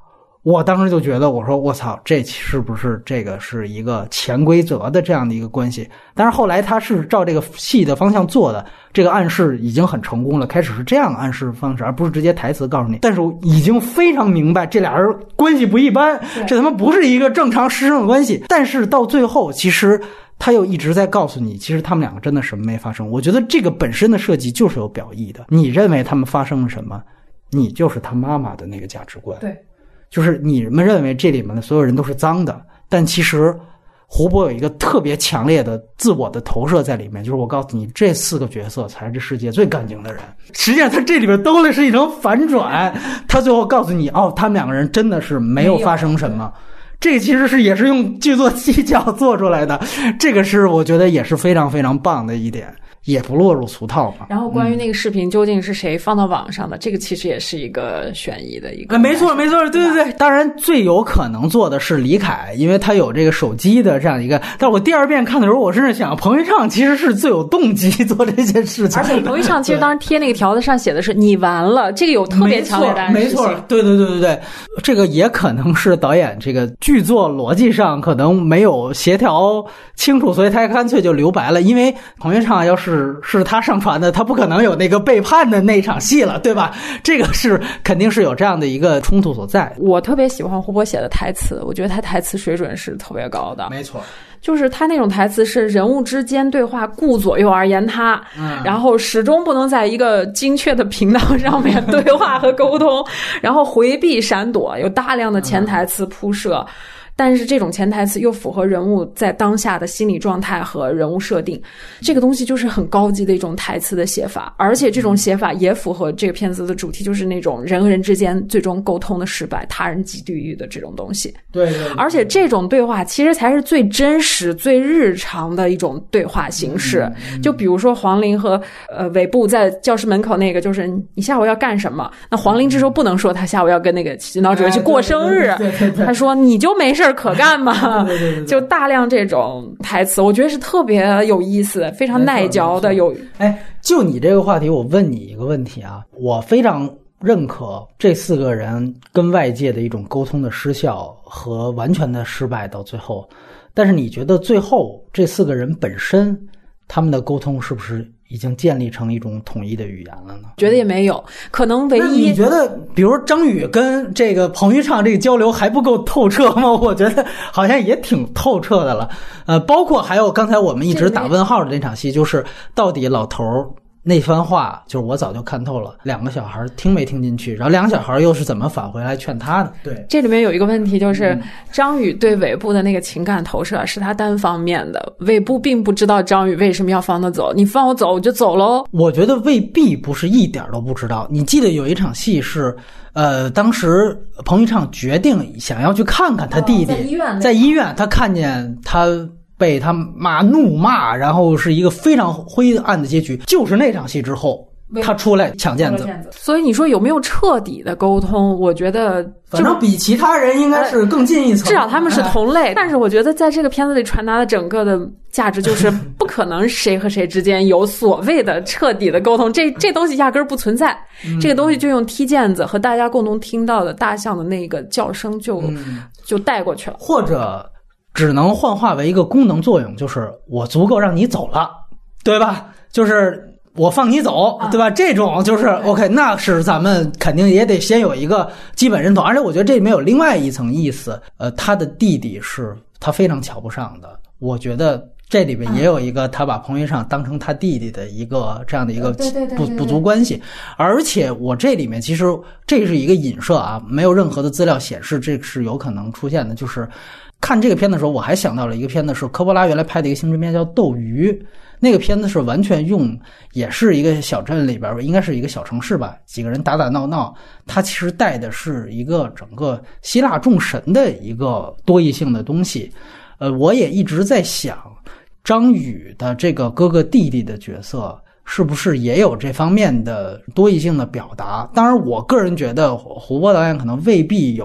我当时就觉得，我说我操，这是不是这个是一个潜规则的这样的一个关系？但是后来他是照这个戏的方向做的，这个暗示已经很成功了。开始是这样暗示方式，而不是直接台词告诉你。但是我已经非常明白这俩人关系不一般，这他妈不是一个正常师生的关系。但是到最后，其实他又一直在告诉你，其实他们两个真的什么没发生。我觉得这个本身的设计就是有表意的。你认为他们发生了什么，你就是他妈妈的那个价值观。 对。 就是你们认为这里面的所有人都是脏的，但其实胡波有一个特别强烈的自我的投射在里面，就是我告诉你，这四个角色才是这世界最干净的人。实际上他这里边兜的是一种反转，他最后告诉你，哦，他们两个人真的是没有发生什么。这其实是也是用剧作技巧做出来的，这个是我觉得也是非常非常棒的一点，也不落入俗套嘛。 然后关于那个视频究竟是谁放到网上的，嗯、这个其实也是一个悬疑的一个。 没错没错，对对对。当然最有可能做的是李凯，因为他有这个手机的这样一个。但是我第二遍看的时候，我甚至想，彭昱畅其实是最有动机做这件事情。 而且彭昱畅其实当时贴那个条子上写的是“你完了”，这个有特别强烈的暗示性。 没错，没错，对对对对对，这个也可能是导演这个剧作逻辑上可能没有协调清楚，所以他干脆就留白了。因为彭昱畅要是是他上传的，他不可能有那个背叛的那场戏了，对吧？这个是肯定是有这样的一个冲突所在。 我特别喜欢胡波写的台词，我觉得他台词水准是特别高的。 没错， 就是他那种台词是人物之间对话顾左右而言他，嗯，然后始终不能在一个精确的频道上面对话和沟通，然后回避闪躲，有大量的潜台词铺设。嗯，但是这种潜台词又符合人物在当下的心理状态和人物设定，这个东西就是很高级的一种台词的写法，而且这种写法也符合这个片子的主题，就是那种人和人之间最终沟通的失败，他人即地狱的这种东西。 对 对, 对。 而且这种对话其实才是最真实、最日常的一种对话形式。嗯嗯、就比如说黄龄和呃韦布在教室门口那个，就是你下午要干什么？那黄龄这时候不能说他下午要跟那个领导主任去过生日， 哎、对对对对对， 他说你就没事可干嘛？ 对对对对， 就大量这种台词，我觉得是特别有意思，非常耐嚼的。有， 哎，就你这个话题，我问你一个问题啊，我非常认可这四个人跟外界的一种沟通的失效和完全的失败到最后，但是你觉得最后这四个人本身他们的沟通是不是已经建立成一种统一的语言了呢？ 觉得也没有，可能唯一。 你觉得比如张宇跟这个彭昱畅这个交流还不够透彻吗？我觉得好像也挺透彻的了。呃，包括还有刚才我们一直打问号的那场戏，就是到底老头那番话，就是我早就看透了，两个小孩听没听进去，然后两个小孩又是怎么返回来劝他的？对， 这里面有一个问题，就是张宇对韦布的那个情感投射是他单方面的，韦布并不知道张宇为什么要放他走，你放我走我就走喽。 我觉得未必不是一点都不知道。你记得有一场戏是，呃，当时彭昱畅决定想要去看看他弟弟，哦、在医院，在医院他看见他被他妈怒骂，然后是一个非常灰暗的结局，就是那场戏之后他出来抢毽子。 所以你说有没有彻底的沟通，我觉得反正比其他人应该是更近一层， 至少他们是同类、哎、但是我觉得在这个片子里传达的整个的价值就是不可能谁和谁之间有所谓的彻底的沟通，这这东西压根儿不存在、嗯、这个东西就用踢毽子和大家共同听到的大象的那个叫声就、嗯、就带过去了， 或者只能幻化为一个功能作用，就是我足够让你走了，对吧？就是我放你走，对吧？这种就是 OK， 那是咱们肯定也得先有一个基本认同。而且我觉得这里面有另外一层意思，呃，他的弟弟是他非常瞧不上的，我觉得这里面也有一个他把彭昱畅当成他弟弟的一个这样的一个不不足关系。而且我这里面其实这是一个影射啊，没有任何的资料显示这是有可能出现的。就是看这个片的时候，我还想到了一个片子，是科波拉原来拍的一个刑侦片叫《斗鱼》，那个片子是完全用，也是一个小镇里边，应该是一个小城市吧，几个人打打闹闹，它其实带的是一个整个希腊众神的一个多义性的东西。呃，我也一直在想，张宇的这个哥哥弟弟的角色是不是也有这方面的多义性的表达？当然我个人觉得胡波导演可能未必有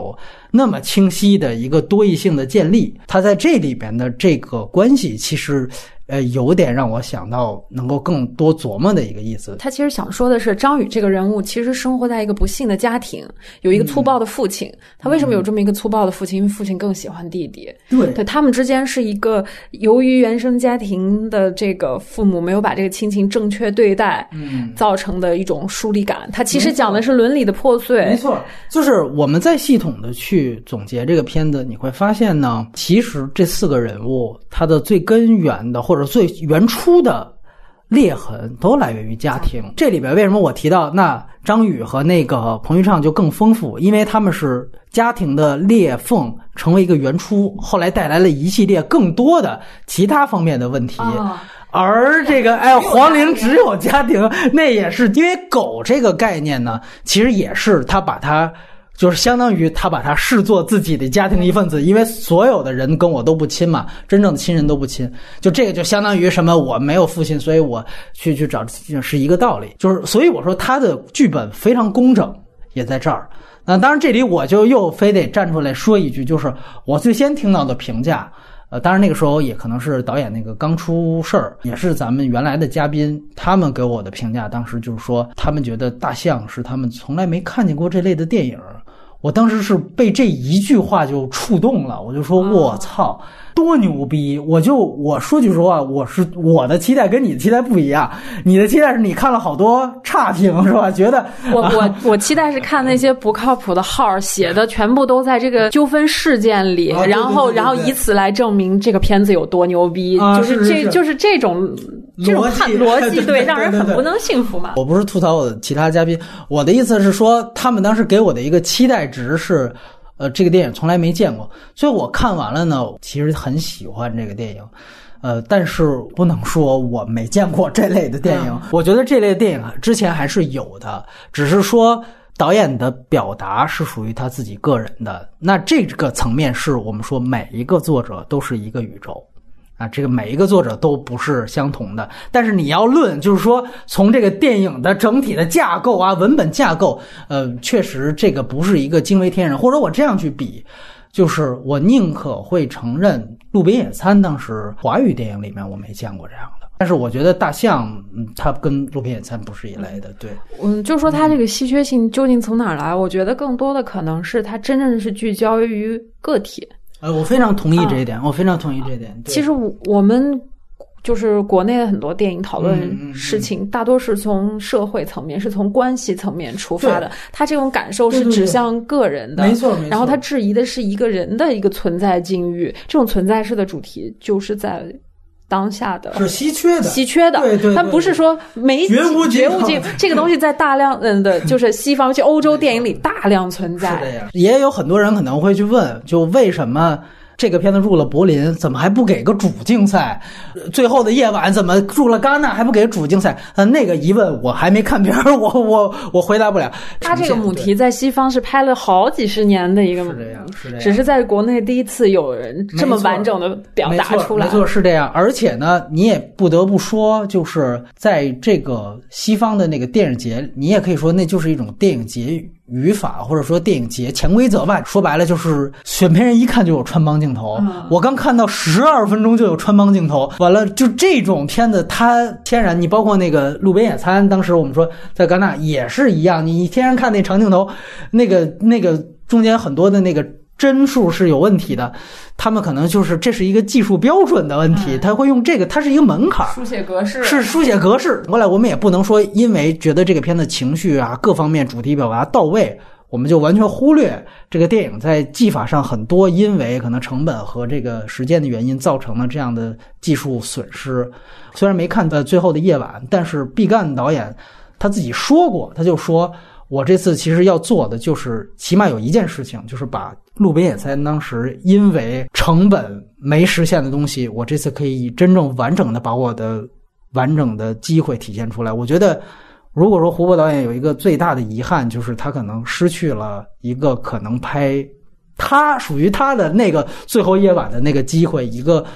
那么清晰的一个多义性的建立，它在这里边的这个关系其实呃，有点让我想到能够更多琢磨的一个意思。 他其实想说的是，张宇这个人物其实生活在一个不幸的家庭，有一个粗暴的父亲。嗯、他为什么有这么一个粗暴的父亲？因为父亲更喜欢弟弟。 对， 对他们之间是一个由于原生家庭的这个父母没有把这个亲情正确对待，嗯，造成的一种疏离感。他其实讲的是伦理的破碎。 没错，就是我们在系统的去总结这个片子，你会发现呢，其实这四个人物他的最根源的或者最原初的裂痕都来源于家庭。这里边为什么我提到那张宇和那个彭昱畅就更丰富，因为他们是家庭的裂缝成为一个原初，后来带来了一系列更多的其他方面的问题。哦，而这个哎，黄龄只有家庭，那也是因为狗这个概念呢，其实也是他把它就是相当于他把他视作自己的家庭一份子，因为所有的人跟我都不亲嘛，真正的亲人都不亲，就这个就相当于什么，我没有父亲，所以我去去找，是一个道理。就是所以我说他的剧本非常工整，也在这儿。那当然这里我就又非得站出来说一句，就是我最先听到的评价，呃，当然那个时候也可能是导演那个刚出事儿，也是咱们原来的嘉宾，他们给我的评价，当时就是说他们觉得大象是他们从来没看见过这类的电影。我当时是被这一句话就触动了，我就说我操，多牛逼！我就我说句实话，我是我的期待跟你的期待不一样，你的期待是你看了好多差评是吧？觉得我我我期待是看那些不靠谱的号写的全部都在这个纠纷事件里， 啊、 然后对对对对然后以此来证明这个片子有多牛逼， 啊、 就是这是是是就是这种这种逻辑对，让人很不能信服嘛。 我不是吐槽我的其他嘉宾，我的意思是说，他们当时给我的一个期待值是，呃，这个电影从来没见过，所以我看完了呢，其实很喜欢这个电影。呃，但是不能说我没见过这类的电影，嗯、我觉得这类的电影之前还是有的，只是说导演的表达是属于他自己个人的。那这个层面是我们说每一个作者都是一个宇宙。啊，这个每一个作者都不是相同的，但是你要论，就是说从这个电影的整体的架构啊，文本架构，呃，确实这个不是一个惊为天人，或者我这样去比，就是我宁可会承认《路边野餐》当时华语电影里面我没见过这样的，但是我觉得大象，嗯，它跟《路边野餐》不是一类的，对， 嗯，就说它这个稀缺性究竟从哪儿来？我觉得更多的可能是它真正是聚焦于个体。 呃，我非常同意这一点，啊、我非常同意这一点。 其实我们就是国内的很多电影讨论事情，嗯嗯嗯、大多是从社会层面，是从关系层面出发的。他这种感受是指向个人的， 没错没错。 然后他质疑的是一个人的一个存在境遇，这种存在式的主题就是在当下的是稀缺的， 稀缺的， 对对对， 它不是说没绝无绝无仅这个东西在大量嗯的，就是西方去欧洲电影里大量存在。 是这样，也有很多人可能会去问，就为什么这个片子入了柏林，怎么还不给个主竞赛？最后的夜晚怎么入了戛纳还不给主竞赛？呃，那个疑问我还没看片儿，我我我回答不了。 他这个母题在西方是拍了好几十年的一个， 是这样，是这样， 只是在国内第一次有人这么完整的表达出来。 没错，没错，是这样。而且呢，你也不得不说，就是在这个西方的那个电影节，你也可以说那就是一种电影节语法，或者说电影节潜规则吧。说白了就是选片人一看就有穿帮镜头，嗯、我刚看到十二分钟就有穿帮镜头，完了就这种片子它天然，你包括那个路边野餐，当时我们说在戛纳也是一样，你天然看那长镜头，那个那个中间很多的那个帧数是有问题的，他们可能就是这是一个技术标准的问题，他会用这个，它是一个门槛， 书写格式是书写格式。后来我们也不能说因为觉得这个片子情绪啊各方面主题表达到位，我们就完全忽略这个电影在技法上很多因为可能成本和这个时间的原因造成了这样的技术损失。虽然没看到最后的夜晚，但是毕赣导演他自己说过，他就说我这次其实要做的就是起码有一件事情，就是把路边野餐当时因为成本没实现的东西，我这次可以真正完整的把我的完整的机会体现出来。我觉得如果说胡波导演有一个最大的遗憾，就是他可能失去了一个可能拍他属于他的那个最后夜晚的那个机会，一个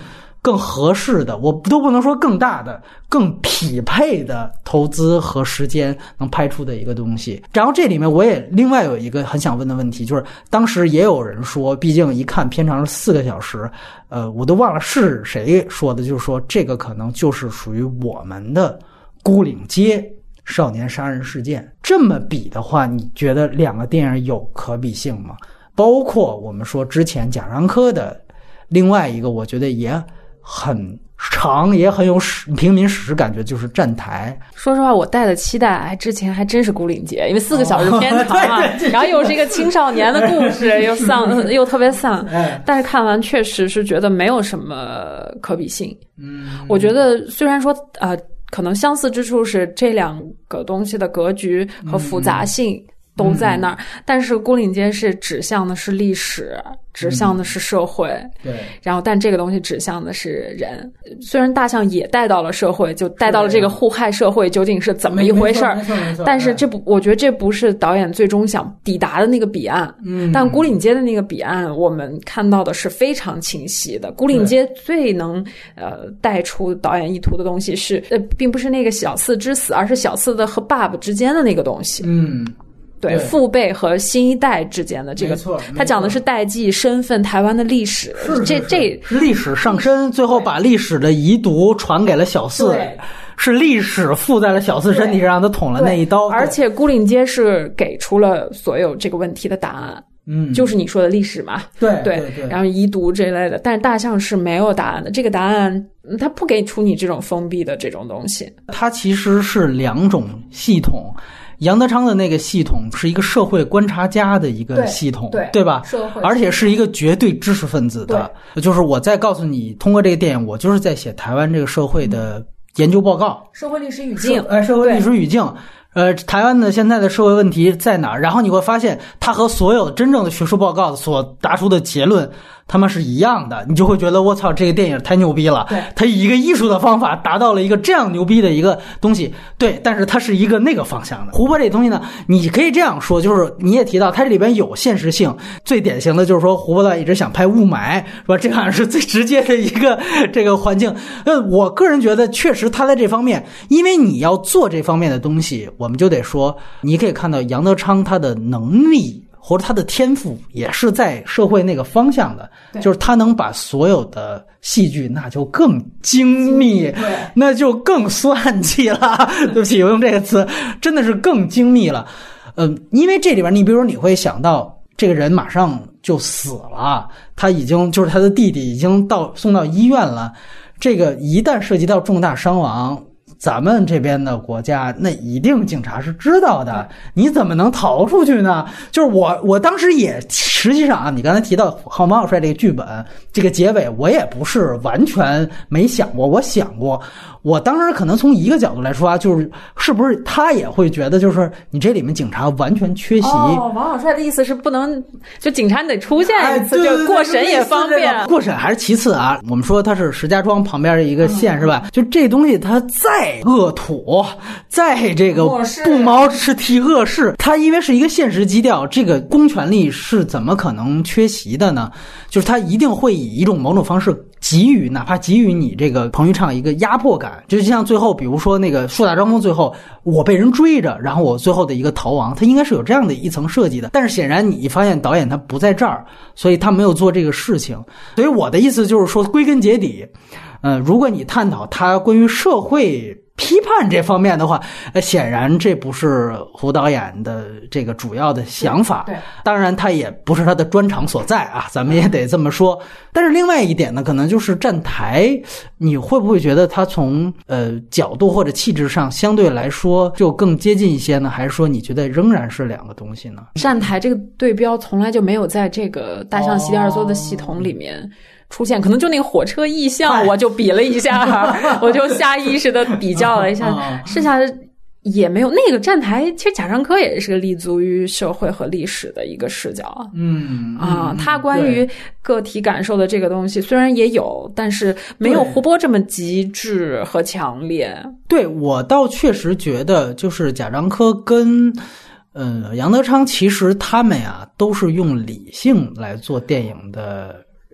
更合适的，我都不能说更大的，更匹配的投资和时间能拍出的一个东西。然后这里面我也另外有一个很想问的问题，就是当时也有人说，毕竟一看片长是四个小时，呃，我都忘了是谁说的，就是说这个可能就是属于我们的孤岭街少年杀人事件。这么比的话，你觉得两个电影有可比性吗？包括我们说之前贾樟柯的另外一个，我觉得也很长，也很有史平民史感觉，就是站台。 说实话，我带的期待还之前还真是孤岭街，因为四个小时片长嘛，哦、然后又是一个青少年的故事，又丧又特别丧，但是看完确实是觉得没有什么可比性。嗯，我觉得虽然说呃，可能相似之处是这两个东西的格局和复杂性都在那儿，嗯、但是孤岭街是指向的是历史，指向的是社会，嗯、 对， 然后但这个东西指向的是人。虽然大象也带到了社会，就带到了这个互害社会究竟是怎么一回事儿，但是这不，我觉得这不是导演最终想抵达的那个彼岸。嗯，但孤岭街的那个彼岸，我们看到的是非常清晰的。孤岭街最能呃带出导演意图的东西是，呃，并不是那个小四之死，而是小四的和爸爸之间的那个东西。 嗯。 对，父辈和新一代之间的这个，他讲的是代际、身份、台湾的历史， 是是这这历史上身，最后把历史的遗毒传给了小四，是历史附在了小四身体上，让他捅了那一刀。 而且孤岭街是给出了所有这个问题的答案。 嗯， 就是你说的历史嘛， 对对对, 对， 然后遗毒这类的，但是大象是没有答案的，这个答案它不给出你这种封闭的这种东西， 它其实是两种系统。杨德昌的那个系统是一个社会观察家的一个系统， 对对, 对吧？ 社会， 而且是一个绝对知识分子的，就是我在告诉你，通过这个电影，我就是在写台湾这个社会的研究报告， 社会历史语境， 哎，社会历史语境。呃，台湾的现在的社会问题在哪儿？然后你会发现，它和所有真正的学术报告所达出的结论，他们是一样的。你就会觉得，我操，这个电影太牛逼了！ 对， 它以一个艺术的方法达到了一个这样牛逼的一个东西。对，但是它是一个那个方向的。湖泊这东西呢，你可以这样说，就是你也提到，它这里边有现实性。最典型的就是说，湖泊导演一直想拍雾霾，是吧？这好像是最直接的一个这个环境。呃，我个人觉得，确实他在这方面，因为你要做这方面的东西。我们就得说，你可以看到杨德昌他的能力或者他的天赋也是在社会那个方向的，就是他能把所有的戏剧那就更精密，那就更算计了。对不起，我用这个词，真的是更精密了。嗯，因为这里边，你比如说你会想到这个人马上就死了，他已经就是他的弟弟已经到送到医院了，这个一旦涉及到重大伤亡。咱们这边的国家，那一定警察是知道的，你怎么能逃出去呢？就是我，我当时也实际上啊，你刚才提到好马小帅这个剧本，这个结尾，我也不是完全没想过，我想过。我当时可能从一个角度来说啊，就是是不是他也会觉得，就是你这里面警察完全缺席。 哦，王小帅的意思是不能，就警察你得出现一次， 哎、 就过审也方便。 过审还是其次啊，我们说它是石家庄旁边的一个县、嗯、是吧？就这东西它再恶土，再这个不毛是替恶事，它因为是一个现实基调，这个公权力是怎么可能缺席的呢？就是它一定会以一种某种方式给予，哪怕给予你这个彭昱畅一个压迫感。就像最后比如说那个树大招风，最后我被人追着，然后我最后的一个逃亡，它应该是有这样的一层设计的。但是显然你发现导演他不在这儿，所以他没有做这个事情。所以我的意思就是说，归根结底呃，如果你探讨他关于社会批判这方面的话，呃，显然这不是胡导演的这个主要的想法。 对， 当然他也不是他的专长所在啊，咱们也得这么说。但是另外一点呢，可能就是站台，你会不会觉得他从呃角度或者气质上相对来说就更接近一些呢？还是说你觉得仍然是两个东西呢？ 站台这个对标从来就没有在这个大象席地而坐的系统里面出现，可能就那个火车意象，我就比了一下，我就下意识的比较了一下，剩下的也没有。那个站台，其实贾樟柯也是个立足于社会和历史的一个视角。 嗯啊，他关于个体感受的这个东西虽然也有，但是没有胡波这么极致和强烈。 对，我倒确实觉得，就是贾樟柯跟呃杨德昌，其实他们呀都是用理性来做电影的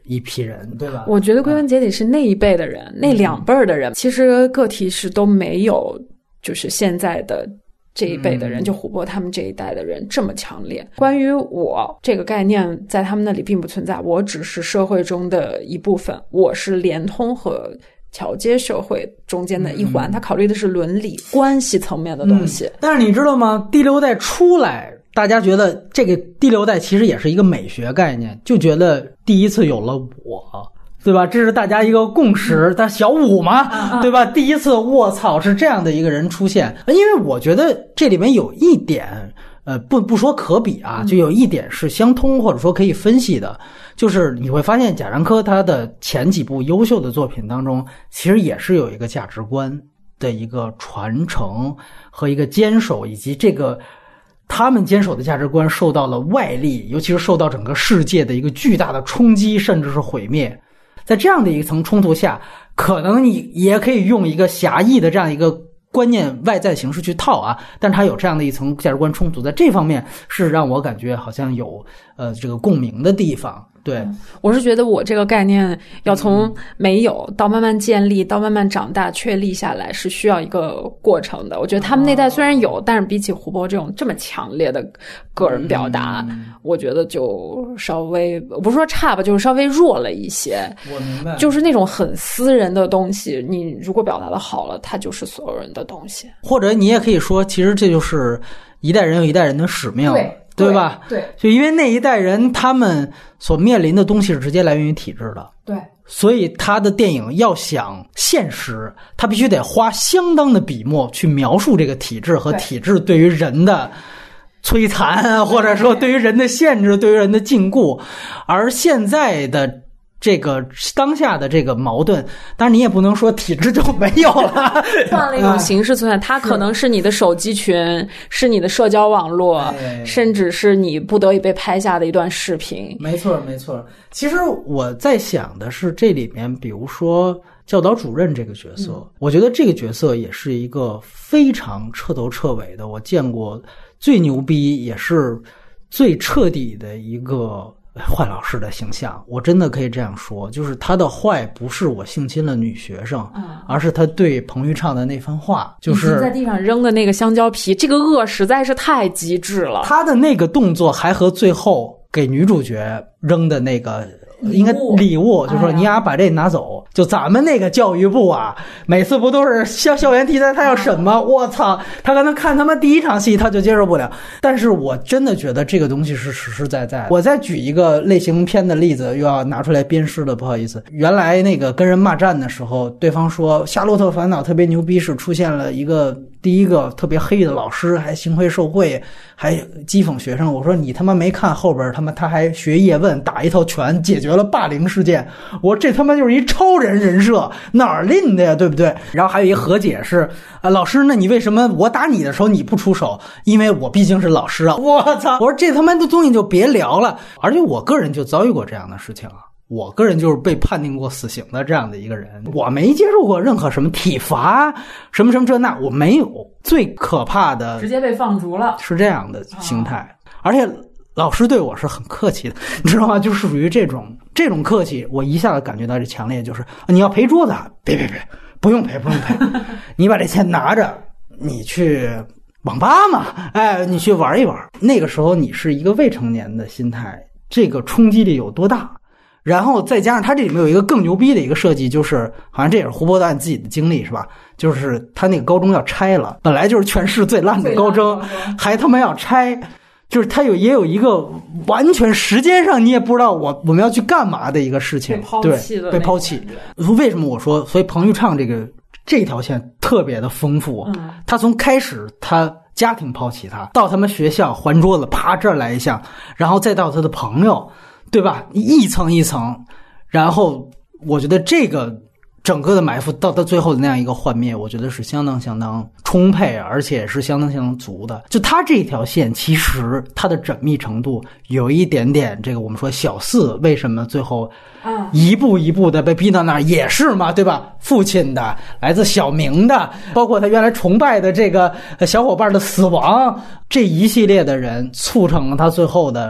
一批人，对吧？ 我觉得归根结底是那一辈的人、嗯、那两辈的人其实个体是都没有就是现在的这一辈的人、嗯、就琥珀他们这一代的人这么强烈。关于我这个概念在他们那里并不存在，我只是社会中的一部分，我是联通和桥接社会中间的一环、嗯、他考虑的是伦理关系层面的东西、 嗯、但是你知道吗，第六代出来大家觉得这个第六代其实也是一个美学概念，就觉得第一次有了我，对吧？这是大家一个共识，但小五嘛，对吧？第一次卧槽是这样的一个人出现，因为我觉得这里面有一点呃不不说可比啊，就有一点是相通或者说可以分析的，就是你会发现贾樟柯他的前几部优秀的作品当中其实也是有一个价值观的一个传承和一个坚守，以及这个他们坚守的价值观受到了外力，尤其是受到整个世界的一个巨大的冲击甚至是毁灭。在这样的一层冲突下，可能你也可以用一个狭义的这样一个观念外在形式去套啊，但它有这样的一层价值观冲突，在这方面是让我感觉好像有呃这个共鸣的地方。对， 我是觉得我这个概念要从没有到慢慢建立到慢慢长大确立下来是需要一个过程的。我觉得他们那代虽然有，但是比起琥珀这种这么强烈的个人表达、嗯、我觉得就稍微不是说差吧，就是稍微弱了一些。 我明白， 就是那种很私人的东西，你如果表达的好了，它就是所有人的东西。 或者你也可以说其实这就是一代人有一代人的使命， 对对吧？ 对， 就因为那一代人他们所面临的东西是直接来源于体制的， 对， 所以他的电影要想现实，他必须得花相当的笔墨去描述这个体制和体制对于人的摧残，或者说对于人的限制，对于人的禁锢。而现在的这个当下的这个矛盾，当然你也不能说体制就没有了， 换了一种形式存在，它可能是你的手机群，是你的社交网络、哎、甚至是你不得已被拍下的一段视频。 没错没错。其实我在想的是这里面比如说教导主任这个角色、嗯、我觉得这个角色也是一个非常彻头彻尾的，我见过最牛逼也是最彻底的一个坏老师的形象。我真的可以这样说，就是他的坏不是我性侵了女学生、嗯、而是他对彭昱畅的那番话，就是在地上扔的那个香蕉皮，这个恶实在是太极致了。 他的那个动作还和最后给女主角扔的那个应该礼物，就说你俩把这拿走、哎、就咱们那个教育部啊，每次不都是校校园题材他要审吗？我操，他可能看他们第一场戏他就接受不了。但是我真的觉得这个东西是实实在在的。我再举一个类型片的例子，又要拿出来鞭尸了，不好意思。原来那个跟人骂战的时候，对方说夏洛特烦恼特别牛逼，是出现了一个第一个特别黑的老师，还行贿受贿，还讥讽学生。我说你他妈没看后边他妈他还学叶问打一套拳解决了霸凌事件，我这他妈就是一超人人设，哪儿拎的呀，对不对？然后还有一和解是啊，老师，那你为什么我打你的时候你不出手？因为我毕竟是老师啊！我操！我说这他妈的东西就别聊了。而且我个人就遭遇过这样的事情啊，我个人就是被判定过死刑的这样的一个人，我没接受过任何什么体罚，什么什么这那，我没有。最可怕的直接被放逐了， 是这样的心态，而且老师对我是很客气的，你知道吗？就是属于这种这种客气，我一下子感觉到这强烈，就是你要赔桌子，别别别，不用赔不用赔，你把这钱拿着，你去网吧嘛，哎，你去玩一玩。那个时候你是一个未成年的心态，这个冲击力有多大？然后再加上它这里面有一个更牛逼的一个设计，就是好像这也是胡波导演自己的经历是吧？就是他那个高中要拆了，本来就是全市最烂的高中，还他妈要拆。就是他有也有一个完全时间上你也不知道我我们要去干嘛的一个事情， 被抛弃了， 对，被抛弃。为什么我说，所以彭昱畅这个这条线特别的丰富。嗯，他从开始他家庭抛弃他，到他们学校还桌子，啪这儿来一项，然后再到他的朋友，对吧？一层一层，然后我觉得这个整个的埋伏到到最后的那样一个幻灭，我觉得是相当相当充沛，而且是相当相当足的。就它这条线其实它的缜密程度有一点点这个我们说小四为什么最后一步一步的被逼到那儿也是嘛，对吧？父亲的，来自小明的，包括他原来崇拜的这个小伙伴的死亡，这一系列的人促成了他最后的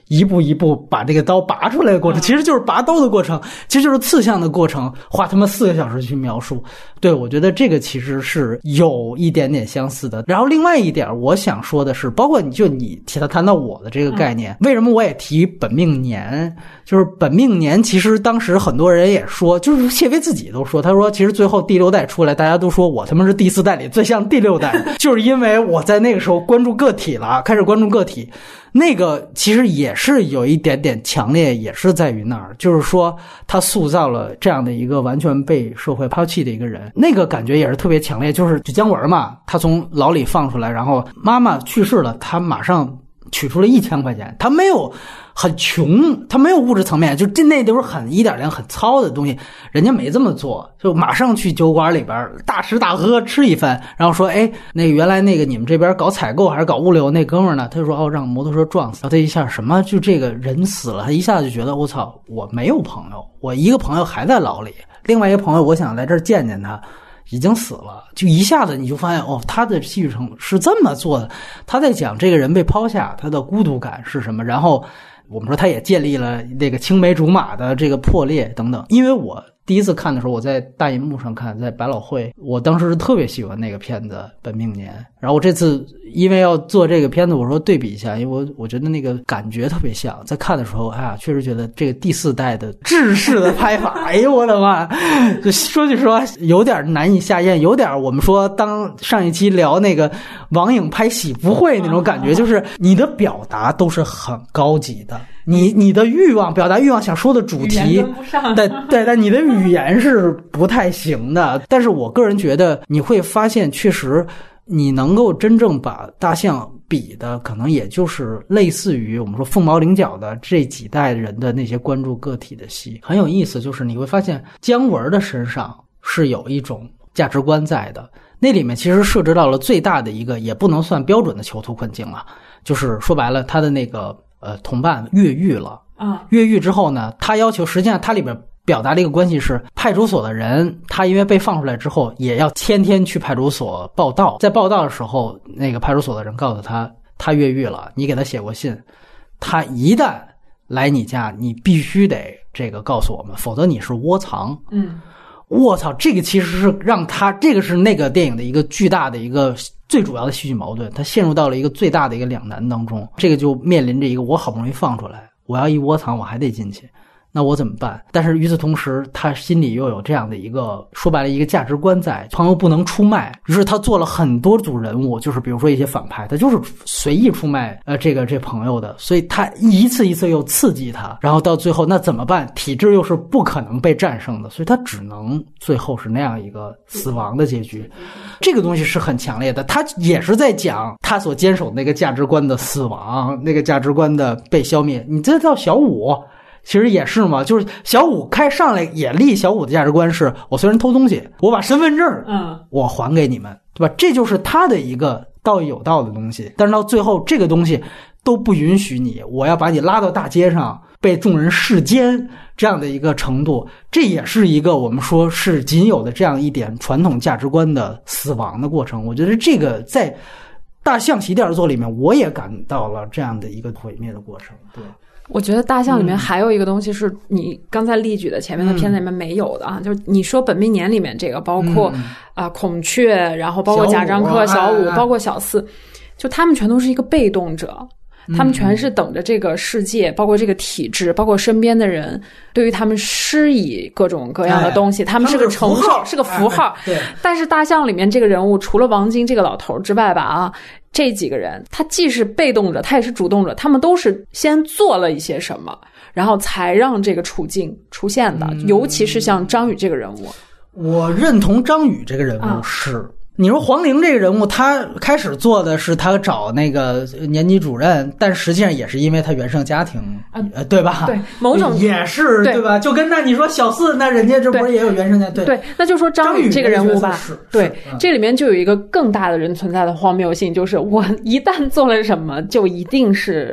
一步一步把这个刀拔出来的过程，其实就是拔刀的过程，其实就是刺向的过程，花他妈四个小时去描述。对，我觉得这个其实是有一点点相似的。然后另外一点我想说的是，包括你就你提到谈到我的这个概念，为什么我也提本命年，就是本命年其实当时很多人也说，就是谢飞自己都说，他说其实最后第六代出来，大家都说我他妈是第四代里最像第六代，就是因为我在那个时候关注个体了，开始关注个体。那个其实也是有一点点强烈，也是在于那儿，就是说他塑造了这样的一个完全被社会抛弃的一个人，那个感觉也是特别强烈。就是就姜文嘛，他从牢里放出来，然后妈妈去世了，他马上取出了一千块钱，他没有很穷，他没有物质层面，就这那都是很一点零很糙的东西，人家没这么做，就马上去酒馆里边大吃大喝吃一番，然后说，哎，那个原来那个你们这边搞采购还是搞物流那哥们儿呢，他就说哦让摩托车撞死，然后他一下什么就这个人死了，他一下就觉得我操，我没有朋友，我一个朋友还在牢里，另外一个朋友我想来这儿见见他。已经死了，就一下子你就发现哦，他的戏剧程是这么做的，他在讲这个人被抛下，他的孤独感是什么，然后我们说他也建立了那个青梅竹马的这个破裂等等。因为我第一次看的时候，我在大银幕上看，在百老汇，我当时是特别喜欢那个片子《本命年》，然后我这次因为要做这个片子，我说对比一下，因为我我觉得那个感觉特别像，在看的时候，哎呀，确实觉得这个第四代的制式的拍法，哎呦我的妈，就说句实话，有点难以下咽，有点我们说当上一期聊那个王颖拍喜福会那种感觉，就是你的表达都是很高级的。你你的欲望表达欲望想说的主题，对对，但你的语言是不太行的。但是我个人觉得，你会发现，确实你能够真正把大象比的，可能也就是类似于我们说凤毛麟角的这几代人的那些关注个体的戏。很有意思，就是你会发现姜文的身上是有一种价值观在的，那里面其实涉及到了最大的一个，也不能算标准的囚徒困境了，就是说白了，他的那个。呃，同伴越狱了啊！越狱之后呢，他要求，实际上他里边表达的一个关系是，派出所的人，他因为被放出来之后，也要天天去派出所报到。在报到的时候，那个派出所的人告诉他，他越狱了，你给他写过信，他一旦来你家，你必须得这个告诉我们，否则你是窝藏。嗯，我操，这个其实是让他，这个是那个电影的一个巨大的一个。最主要的戏剧矛盾，他陷入到了一个最大的一个两难当中，这个就面临着一个我好不容易放出来，我要一窝藏我还得进去，那我怎么办？但是与此同时，他心里又有这样的一个说白了一个价值观在，朋友不能出卖，于是他做了很多组人物，就是比如说一些反派，他就是随意出卖呃这个这朋友的，所以他一次一次又刺激他，然后到最后那怎么办？体制又是不可能被战胜的，所以他只能最后是那样一个死亡的结局。这个东西是很强烈的，他也是在讲他所坚守那个价值观的死亡，那个价值观的被消灭。你这叫小五其实也是嘛，就是小五开上来也立小五的价值观是，我虽然偷东西，我把身份证嗯我还给你们，对吧？这就是他的一个道义有道的东西。但是到最后这个东西都不允许你，我要把你拉到大街上被众人视奸这样的一个程度，这也是一个我们说是仅有的这样一点传统价值观的死亡的过程。我觉得这个在大象席地而坐里面我也感到了这样的一个毁灭的过程。对， 我觉得大象里面还有一个东西是你刚才例举的前面的片子里面没有的啊，嗯、就是你说本命年里面这个，包括啊、嗯呃、孔雀，然后包括贾樟柯、小五，包括小四，就他们全都是一个被动者。他们全是等着这个世界，包括这个体制，包括身边的人对于他们施以各种各样的东西，哎、他们是个承受，是个符号。 哎、对。 但是大象里面这个人物，除了王晶这个老头之外吧，啊，这几个人他既是被动者，他也是主动者，他们都是先做了一些什么，然后才让这个处境出现的。嗯、尤其是像张宇这个人物， 我认同张宇这个人物是。啊你说黄龄这个人物，他开始做的是他找那个年级主任，但实际上也是因为他原生家庭，呃，对吧？ 对，某种也是 对, 对吧？就跟那你说小四，那人家这不是也有原生家庭？对对，那就说张宇这个人物吧，对， 嗯、 这里面就有一个更大的人存在的荒谬性，就是我一旦做了什么，就一定是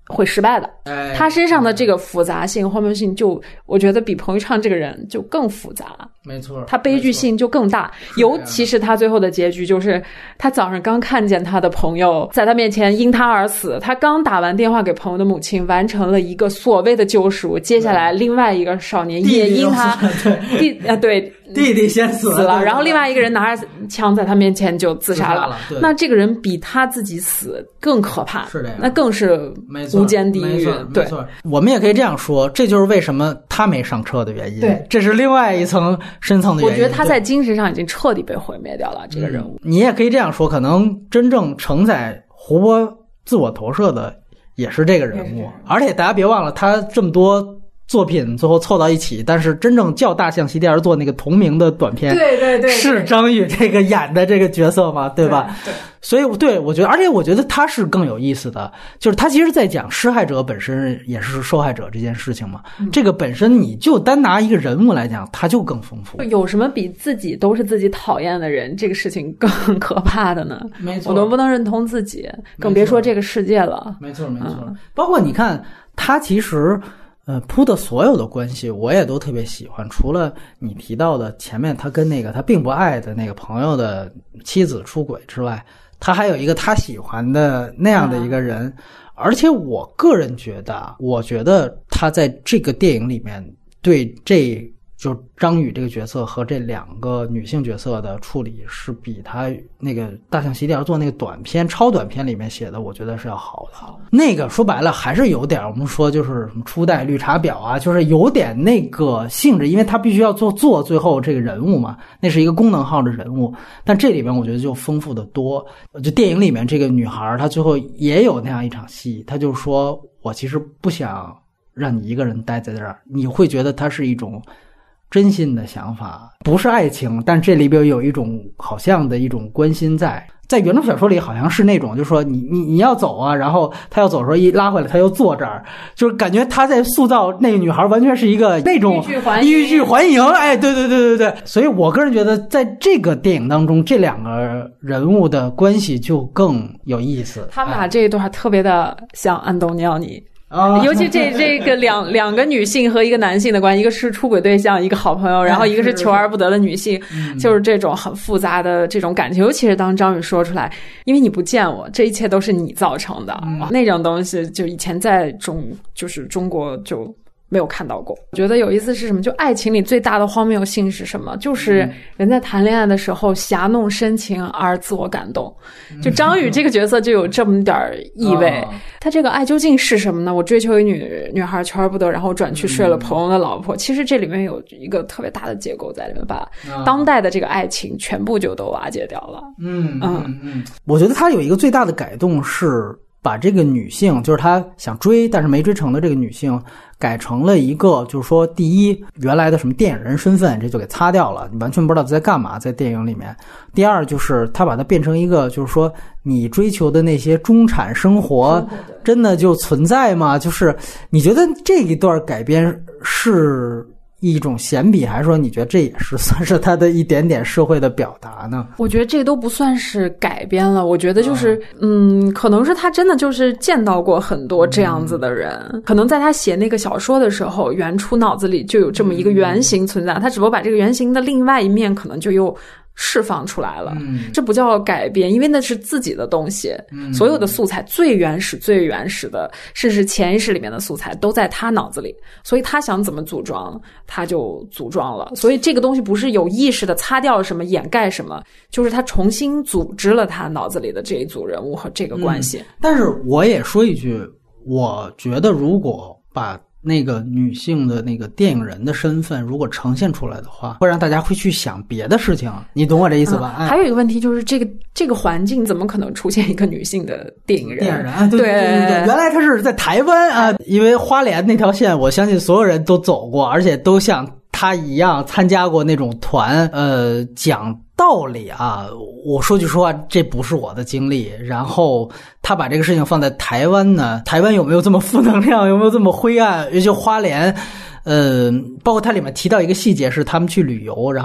会失败的。 哎， 他身上的这个复杂性、荒谬性，就我觉得比彭昱畅这个人就更复杂。 没错， 他悲剧性就更大。尤其是他最后的结局，就是他早上刚看见他的朋友在他面前因他而死，他刚打完电话给朋友的母亲，完成了一个所谓的救赎。接下来另外一个少年也因他弟啊对弟弟先死了， 死了，然后另外一个人拿着枪在他面前就自杀了。那这个人比他自己死更可怕， 是的呀， 那更是无间地狱。对， 我们也可以这样说，这就是为什么他没上车的原因。 对， 这是另外一层深层的原因。 我觉得他在精神上已经彻底被毁灭掉了。这个人物， 嗯，你也可以这样说，可能真正承载胡波自我投射的也是这个人物，而且大家别忘了，他这么多作品最后凑到一起，但是真正叫大象席地而坐那个同名的短片， 对对 对, 对， 是张宇这个演的这个角色嘛，对吧？ 对，对， 所以对我觉得，而且我觉得他是更有意思的，就是他其实在讲施害者本身也是受害者这件事情嘛。嗯、这个本身你就单拿一个人物来讲，他就更丰富。 有什么比自己都是自己讨厌的人这个事情更可怕的呢？ 没错， 我都不能认同自己，更别说这个世界了。 没错，没错。嗯、包括你看，他其实。呃，铺的所有的关系我也都特别喜欢，除了你提到的前面他跟那个他并不爱的那个朋友的妻子出轨之外，他还有一个他喜欢的那样的一个人，嗯、而且我个人觉得，我觉得他在这个电影里面对这就张宇这个角色和这两个女性角色的处理是比他那个大象席地而坐那个短片超短片里面写的，我觉得是要好的。那个说白了还是有点我们说就是什么初代绿茶婊啊，就是有点那个性质，因为他必须要做做最后这个人物嘛，那是一个功能号的人物。但这里面我觉得就丰富的多，就电影里面这个女孩她最后也有那样一场戏，她就说我其实不想让你一个人待在这儿，你会觉得它是一种真心的想法，不是爱情，但这里边有一种好像的一种关心在。在原著小说里好像是那种就是说你你你要走啊，然后他要走的时候一拉回来他又坐这儿，就是感觉他在塑造那个女孩完全是一个那种欲拒还迎。哎，对对对对对，所以我个人觉得在这个电影当中这两个人物的关系就更有意思。 他们俩这一段特别的像安东尼奥尼。 啊， 尤其这这个两两个女性和一个男性的关系，一个是出轨对象，一个好朋友，然后一个是求而不得的女性， 嗯、 就是这种很复杂的这种感情。尤其是当张宇说出来，因为你不见我，这一切都是你造成的， 嗯、 那种东西，就以前在中就是中国就没有看到过。我觉得有意思是什么？就爱情里最大的荒谬性是什么？就是人在谈恋爱的时候狭弄深情而自我感动。就张宇这个角色就有这么点意味。 嗯、 他这个爱究竟是什么呢？我追求一女女孩求而不得，然后转去睡了朋友的老婆。嗯、其实这里面有一个特别大的结构在里面，把当代的这个爱情全部就都瓦解掉了。 嗯嗯嗯，我觉得他有一个最大的改动是把这个女性，就是他想追但是没追成的这个女性，改成了一个就是说，第一，原来的什么电影人身份这就给擦掉了，你完全不知道在干嘛在电影里面。第二就是他把它变成一个就是说你追求的那些中产生活真的就存在吗？就是你觉得这一段改编是一种闲笔，还是说你觉得这也是算是他的一点点社会的表达呢？ 我觉得这都不算是改编了，我觉得就是嗯, 嗯，可能是他真的就是见到过很多这样子的人，嗯、可能在他写那个小说的时候，原初脑子里就有这么一个原型存在，嗯、他只不过把这个原型的另外一面可能就又释放出来了。 嗯， 这不叫改编，因为那是自己的东西。 嗯， 所有的素材最原始最原始的甚至潜意识里面的素材都在他脑子里，所以他想怎么组装他就组装了。所以这个东西不是有意识的擦掉了什么掩盖什么，就是他重新组织了他脑子里的这一组人物和这个关系。 嗯、但是我也说一句，我觉得如果把那个女性的那个电影人的身份如果呈现出来的话，会让大家会去想别的事情，你懂我这意思吧？ 嗯、还有一个问题就是这个这个环境怎么可能出现一个女性的电影人？ 电影人，对对对对对，原来他是在台湾啊，因为花莲那条线，我相信所有人都走过，而且都像他一样参加过那种团，呃，讲道理啊，我说句实话，这不是我的经历。然后他把这个事情放在台湾呢，台湾有没有这么负能量，有没有这么灰暗？也就花莲，呃，包括它里面提到一个细节是他们去旅游，然后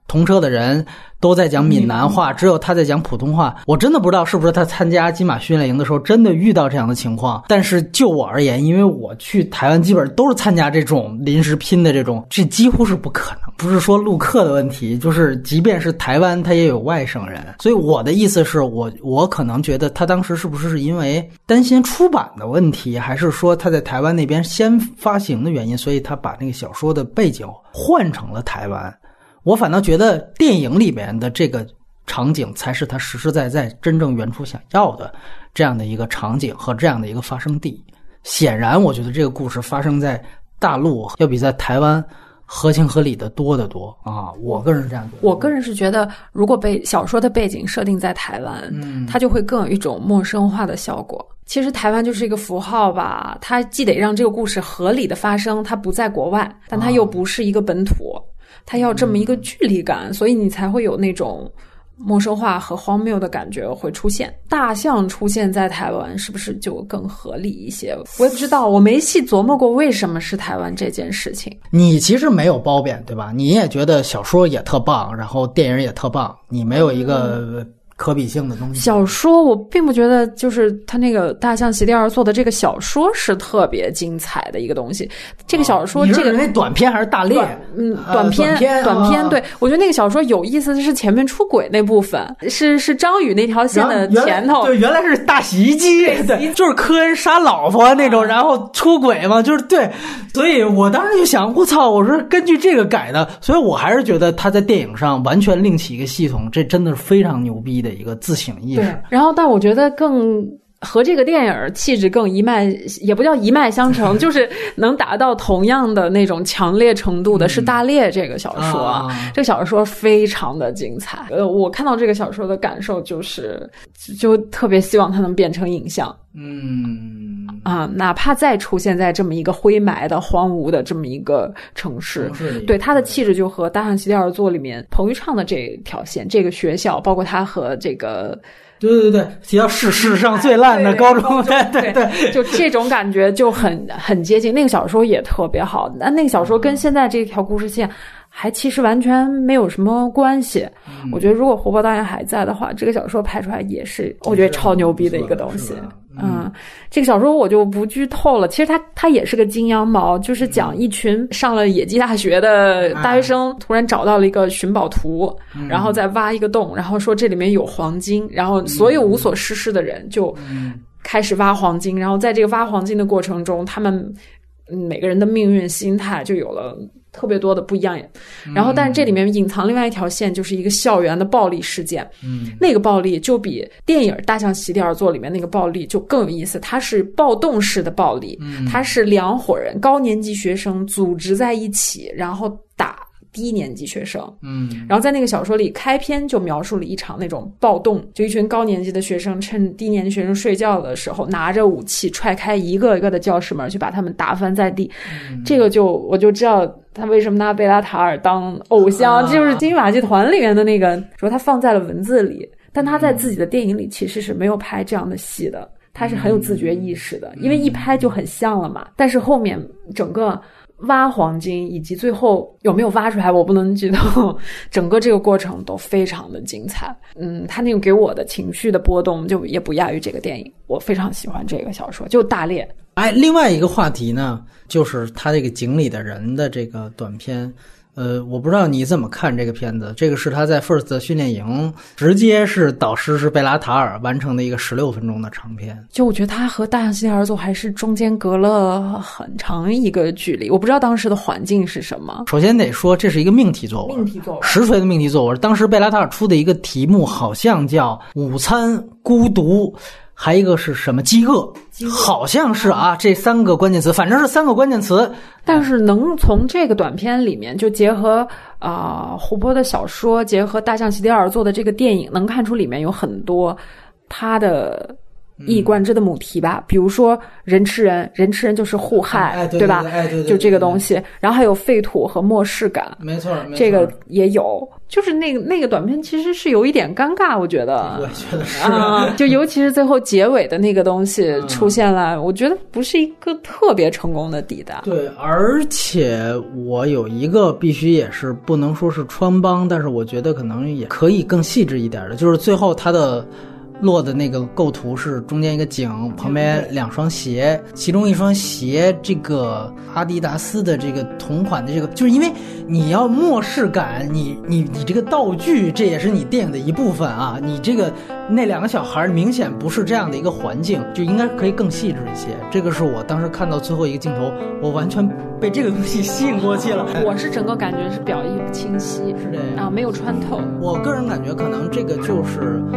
同车的人都在讲闽南话，只有他在讲普通话。我真的不知道是不是他参加金马训练营的时候真的遇到这样的情况，但是就我而言，因为我去台湾基本都是参加这种临时拼的这种，这几乎是不可能。不是说陆客的问题，就是即便是台湾他也有外省人。所以我的意思是我我可能觉得他当时是不是是因为担心出版的问题，还是说他在台湾那边先发行的原因，所以他把那个小说的背景换成了台湾。我反倒觉得电影里面的这个场景才是他实实在在真正原初想要的这样的一个场景和这样的一个发生地。显然我觉得这个故事发生在大陆要比在台湾合情合理的多得多啊！我个人是这样觉得。 我个人是觉得，如果被小说的背景设定在台湾，嗯，它就会更有一种陌生化的效果。其实台湾就是一个符号吧，它既得让这个故事合理的发生，它不在国外，但它又不是一个本土，它要这么一个距离感，所以你才会有那种陌生化和荒谬的感觉会出现。大象出现在台湾是不是就更合理一些？我也不知道，我没细琢磨过为什么是台湾这件事情。 你其实没有褒贬，对吧？你也觉得小说也特棒，然后电影也特棒，你没有一个可比性的东西。 小说我并不觉得就是他那个大象席地而坐的这个小说是特别精彩的一个东西。这个小说、哦、这个那短篇还是大猎？ 嗯，短篇、呃、短篇，短篇、哦、对，我觉得那个小说有意思的是前面出轨那部分，是是张宇那条线的前头。 对，原来是大洗衣机，对，就是科恩杀老婆那种，然后出轨嘛，就是对。所以我当时就想，我操，我说根据这个改的，所以我还是觉得他在电影上完全另起一个系统，这真的是非常牛逼的一个自省意识。 对，然后但我觉得更和这个电影气质更一脉，也不叫一脉相承，就是能达到同样的那种强烈程度的是大猎这个小说、嗯、啊，这个小说非常的精彩。呃，我看到这个小说的感受就是就特别希望它能变成影像。 嗯啊，哪怕再出现在这么一个灰霾的荒芜的这么一个城市，对它的气质就和《大象席地而坐》里面彭昱畅的这条线，这个学校，包括他和这个。 对对对，提到世世上最烂的高中，对对 对, 对， 就这种感觉就很很接近。那个小说也特别好，那那个小说跟现在这条故事线还其实完全没有什么关系。嗯、我觉得如果胡波导演还在的话，这个小说拍出来也是我觉得超牛逼的一个东西。嗯，这个小说我就不剧透了。其实它它也是个金羊毛，就是讲一群上了野鸡大学的大学生，突然找到了一个寻宝图，嗯、然后再挖一个洞，然后说这里面有黄金，然后所有无所事事的人就开始挖黄金，然后在这个挖黄金的过程中，他们每个人的命运心态就有了特别多的不一样。然后但是这里面隐藏另外一条线，就是一个校园的暴力事件。嗯，那个暴力就比电影《大象席地而坐》里面那个暴力就更有意思，它是暴动式的暴力。嗯，它是两伙人高年级学生组织在一起，然后打低年级学生。嗯，然后在那个小说里开篇就描述了一场那种暴动，就一群高年级的学生趁低年级学生睡觉的时候拿着武器踹开一个一个的教室门，去把他们打翻在地。嗯、这个就我就知道他为什么拿贝拉塔尔当偶像，啊、就是金马剧团里面的那个，说他放在了文字里，但他在自己的电影里其实是没有拍这样的戏的，他是很有自觉意识的，因为一拍就很像了嘛。但是后面整个挖黄金以及最后有没有挖出来我不能剧透，整个这个过程都非常的精彩。嗯，他那种给我的情绪的波动就也不亚于这个电影，我非常喜欢这个小说，就大猎。 哎，另外一个话题呢，就是他这个井里的人的这个短片。呃，我不知道你怎么看这个片子。这个是他在 First 的训练营，直接是导师是贝拉塔尔完成的一个十六分钟的长片。 就我觉得他和大象席地而坐还是中间隔了很长一个距离，我不知道当时的环境是什么。 首先得说这是一个命题作文， 命题作文， 实锤的命题作文。当时贝拉塔尔出的一个题目好像叫午餐孤独，还一个是什么饥饿，好像是啊，这三个关键词，反正是三个关键词。 但是能从这个短片里面就结合啊、呃、胡波的小说，结合大象席地而坐的这个电影，能看出里面有很多他的一以贯之的母题吧，比如说人吃人，人吃人就是互害， 哎、对吧？ 哎、对对对， 就这个东西，然后还有废土和漠视感， 没错，没错， 这个也有。就是那个那个短片其实是有一点尴尬，我觉得， 我也觉得是啊，就尤其是最后结尾的那个东西出现了，嗯、我觉得不是一个特别成功的抵达。 对，而且我有一个必须也是不能说是穿帮，但是我觉得可能也可以更细致一点的，就是最后它的落的那个构图是中间一个井，旁边两双鞋，其中一双鞋这个阿迪达斯的这个同款的这个，就是因为你要漠视感，你你你这个道具这也是你电影的一部分啊，你这个那两个小孩明显不是这样的一个环境，就应该可以更细致一些。这个是我当时看到最后一个镜头，我完全被这个东西吸引过去了。 我是整个感觉是表意不清晰， 是这样啊，没有穿透。 我个人感觉可能这个就是